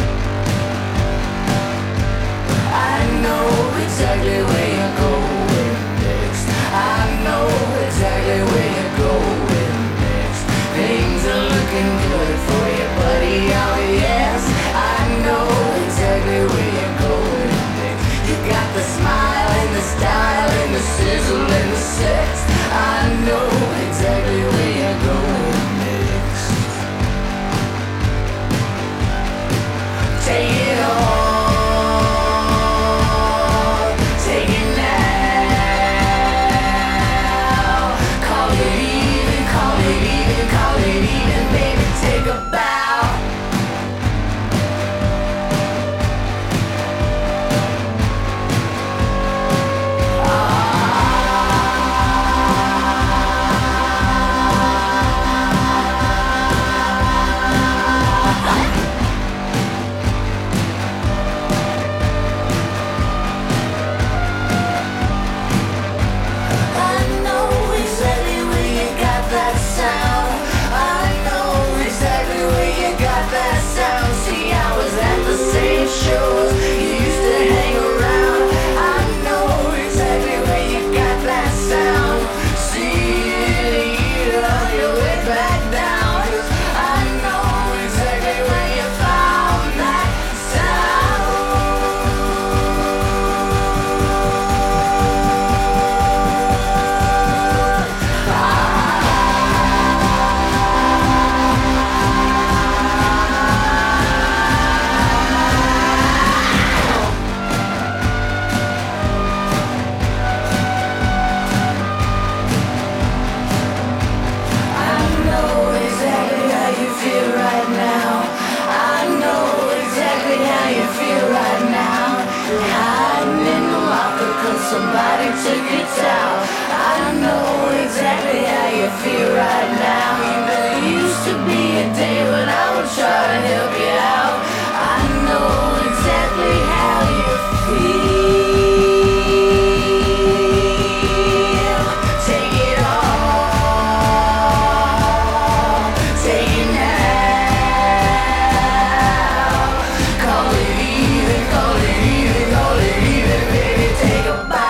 I know exactly where you're going. lights out. I know exactly how you feel right now. There used to be a day when I would try to help you out. I know exactly how you feel. Take it all, take it now. Call it even, call it even, call it even, baby, take a bow.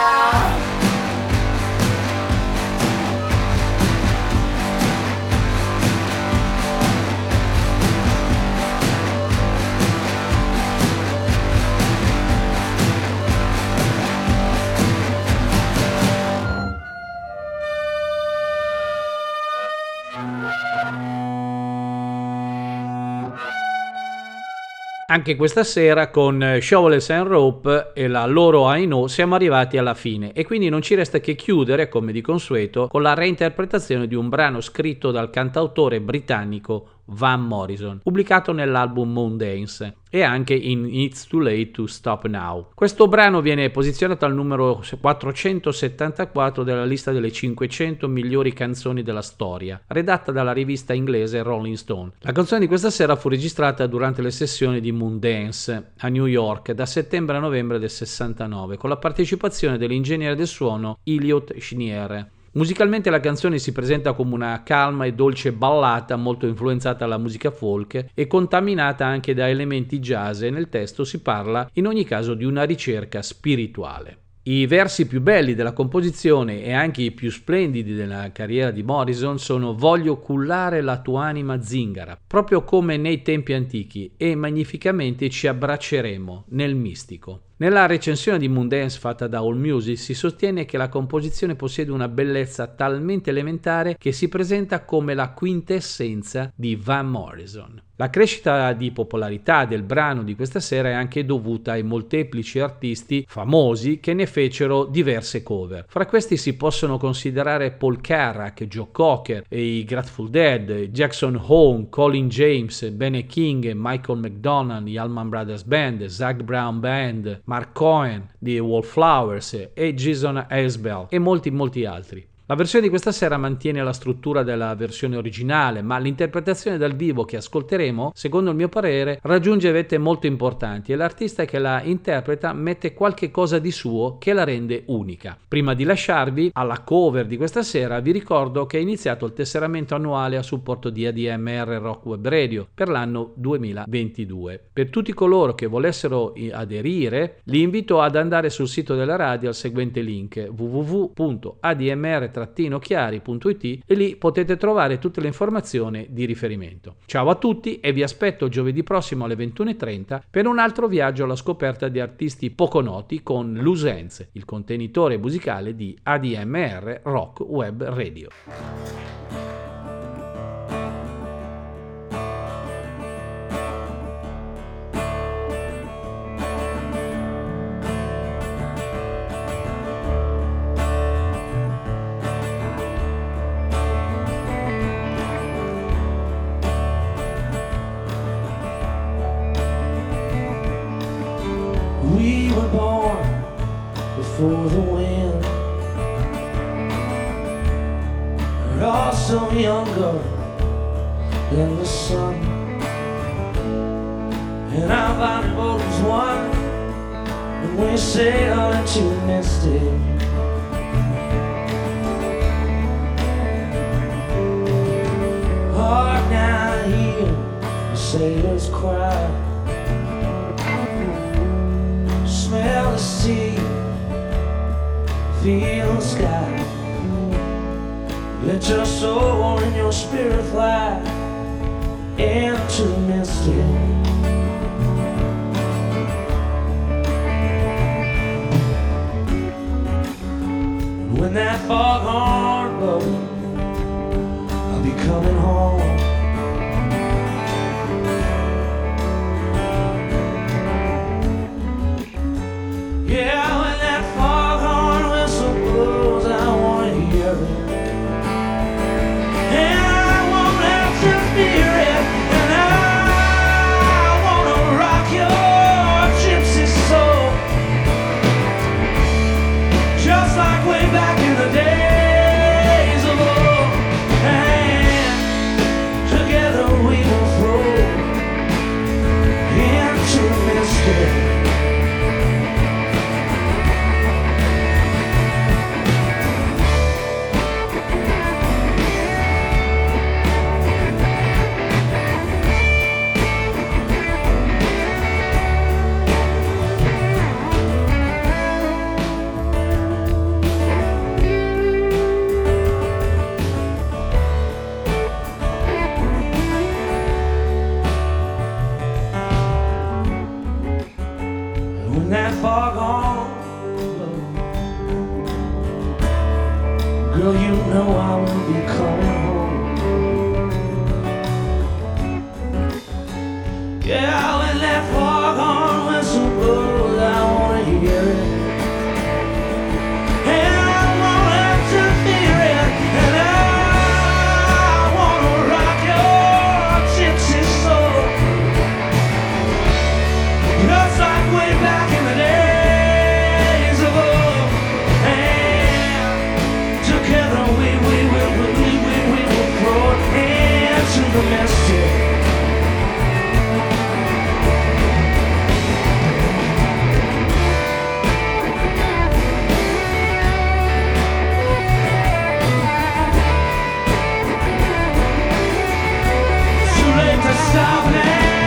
Anche questa sera con Shoveless and Rope e la loro I Know siamo arrivati alla fine e quindi non ci resta che chiudere, come di consueto, con la reinterpretazione di un brano scritto dal cantautore britannico Van Morrison, pubblicato nell'album Moondance e anche in It's Too Late to Stop Now. Questo brano viene posizionato al numero 474 della lista delle 500 migliori canzoni della storia, redatta dalla rivista inglese Rolling Stone. La canzone di questa sera fu registrata durante le sessioni di Moondance a New York da settembre a novembre del 69 con la partecipazione dell'ingegnere del suono Elliot Schnier. Musicalmente la canzone si presenta come una calma e dolce ballata molto influenzata dalla musica folk e contaminata anche da elementi jazz, e nel testo si parla in ogni caso di una ricerca spirituale. I versi più belli della composizione e anche i più splendidi della carriera di Morrison sono "Voglio cullare la tua anima zingara", proprio come nei tempi antichi, e magnificamente ci abbracceremo nel mistico. Nella recensione di Moondance fatta da AllMusic si sostiene che la composizione possiede una bellezza talmente elementare che si presenta come la quintessenza di Van Morrison. La crescita di popolarità del brano di questa sera è anche dovuta ai molteplici artisti famosi che ne fecero diverse cover. Fra questi si possono considerare Paul Carrack, Joe Cocker, i Grateful Dead, Jackson Hole, Colin James, Benny King, Michael McDonald, gli Allman Brothers Band, Zac Brown Band, Mark Cohen di Wallflowers e Jason Isbell e molti altri. La versione di questa sera mantiene la struttura della versione originale, ma l'interpretazione dal vivo che ascolteremo, secondo il mio parere, raggiunge vette molto importanti e l'artista che la interpreta mette qualche cosa di suo che la rende unica. Prima di lasciarvi alla cover di questa sera, vi ricordo che è iniziato il tesseramento annuale a supporto di ADMR Rock Web Radio per l'anno 2022. Per tutti coloro che volessero aderire, li invito ad andare sul sito della radio al seguente link: www.admr-chiari.it, e lì potete trovare tutte le informazioni di riferimento. Ciao a tutti e vi aspetto giovedì prossimo alle 21:30 per un altro viaggio alla scoperta di artisti poco noti con Lusenze, il contenitore musicale di ADMR Rock Web Radio. We were born before the wind, we're also younger than the sun, and our body was one when we sailed into Mystic. Hark now, hear the sailors cry, smell the sea, feel the sky. Let your soul and your spirit fly into the mystic. When that foghorn blows, I'll be coming home. Yeah, when that foghorn whistle blows, I wanna hear it, and I won't have to fear it, and I wanna rock your gypsy soul, just like way back Girl, you know I will be coming home. Yeah, when that foghorn whistle blows, I wanna hear it. And I wanna let you feel it. And I wanna rock your gypsy soul. Just like way back in the days of old. And together we will throw it into the mystic. Stop now.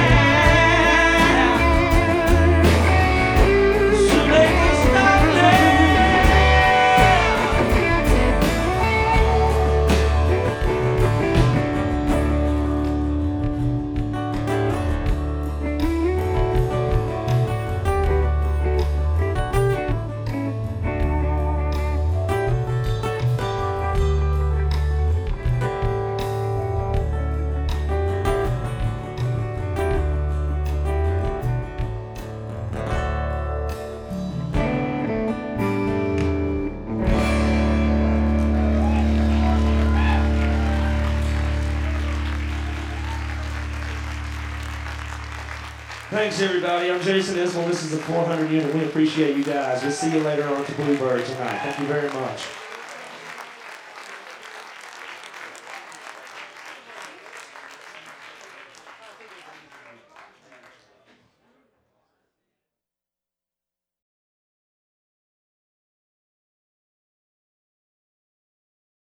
So they can stop Thanks, everybody. I'm Jason Isbell. This is the 400 unit. We appreciate you guys. We'll see you later on at the Bluebird tonight. Thank you very much.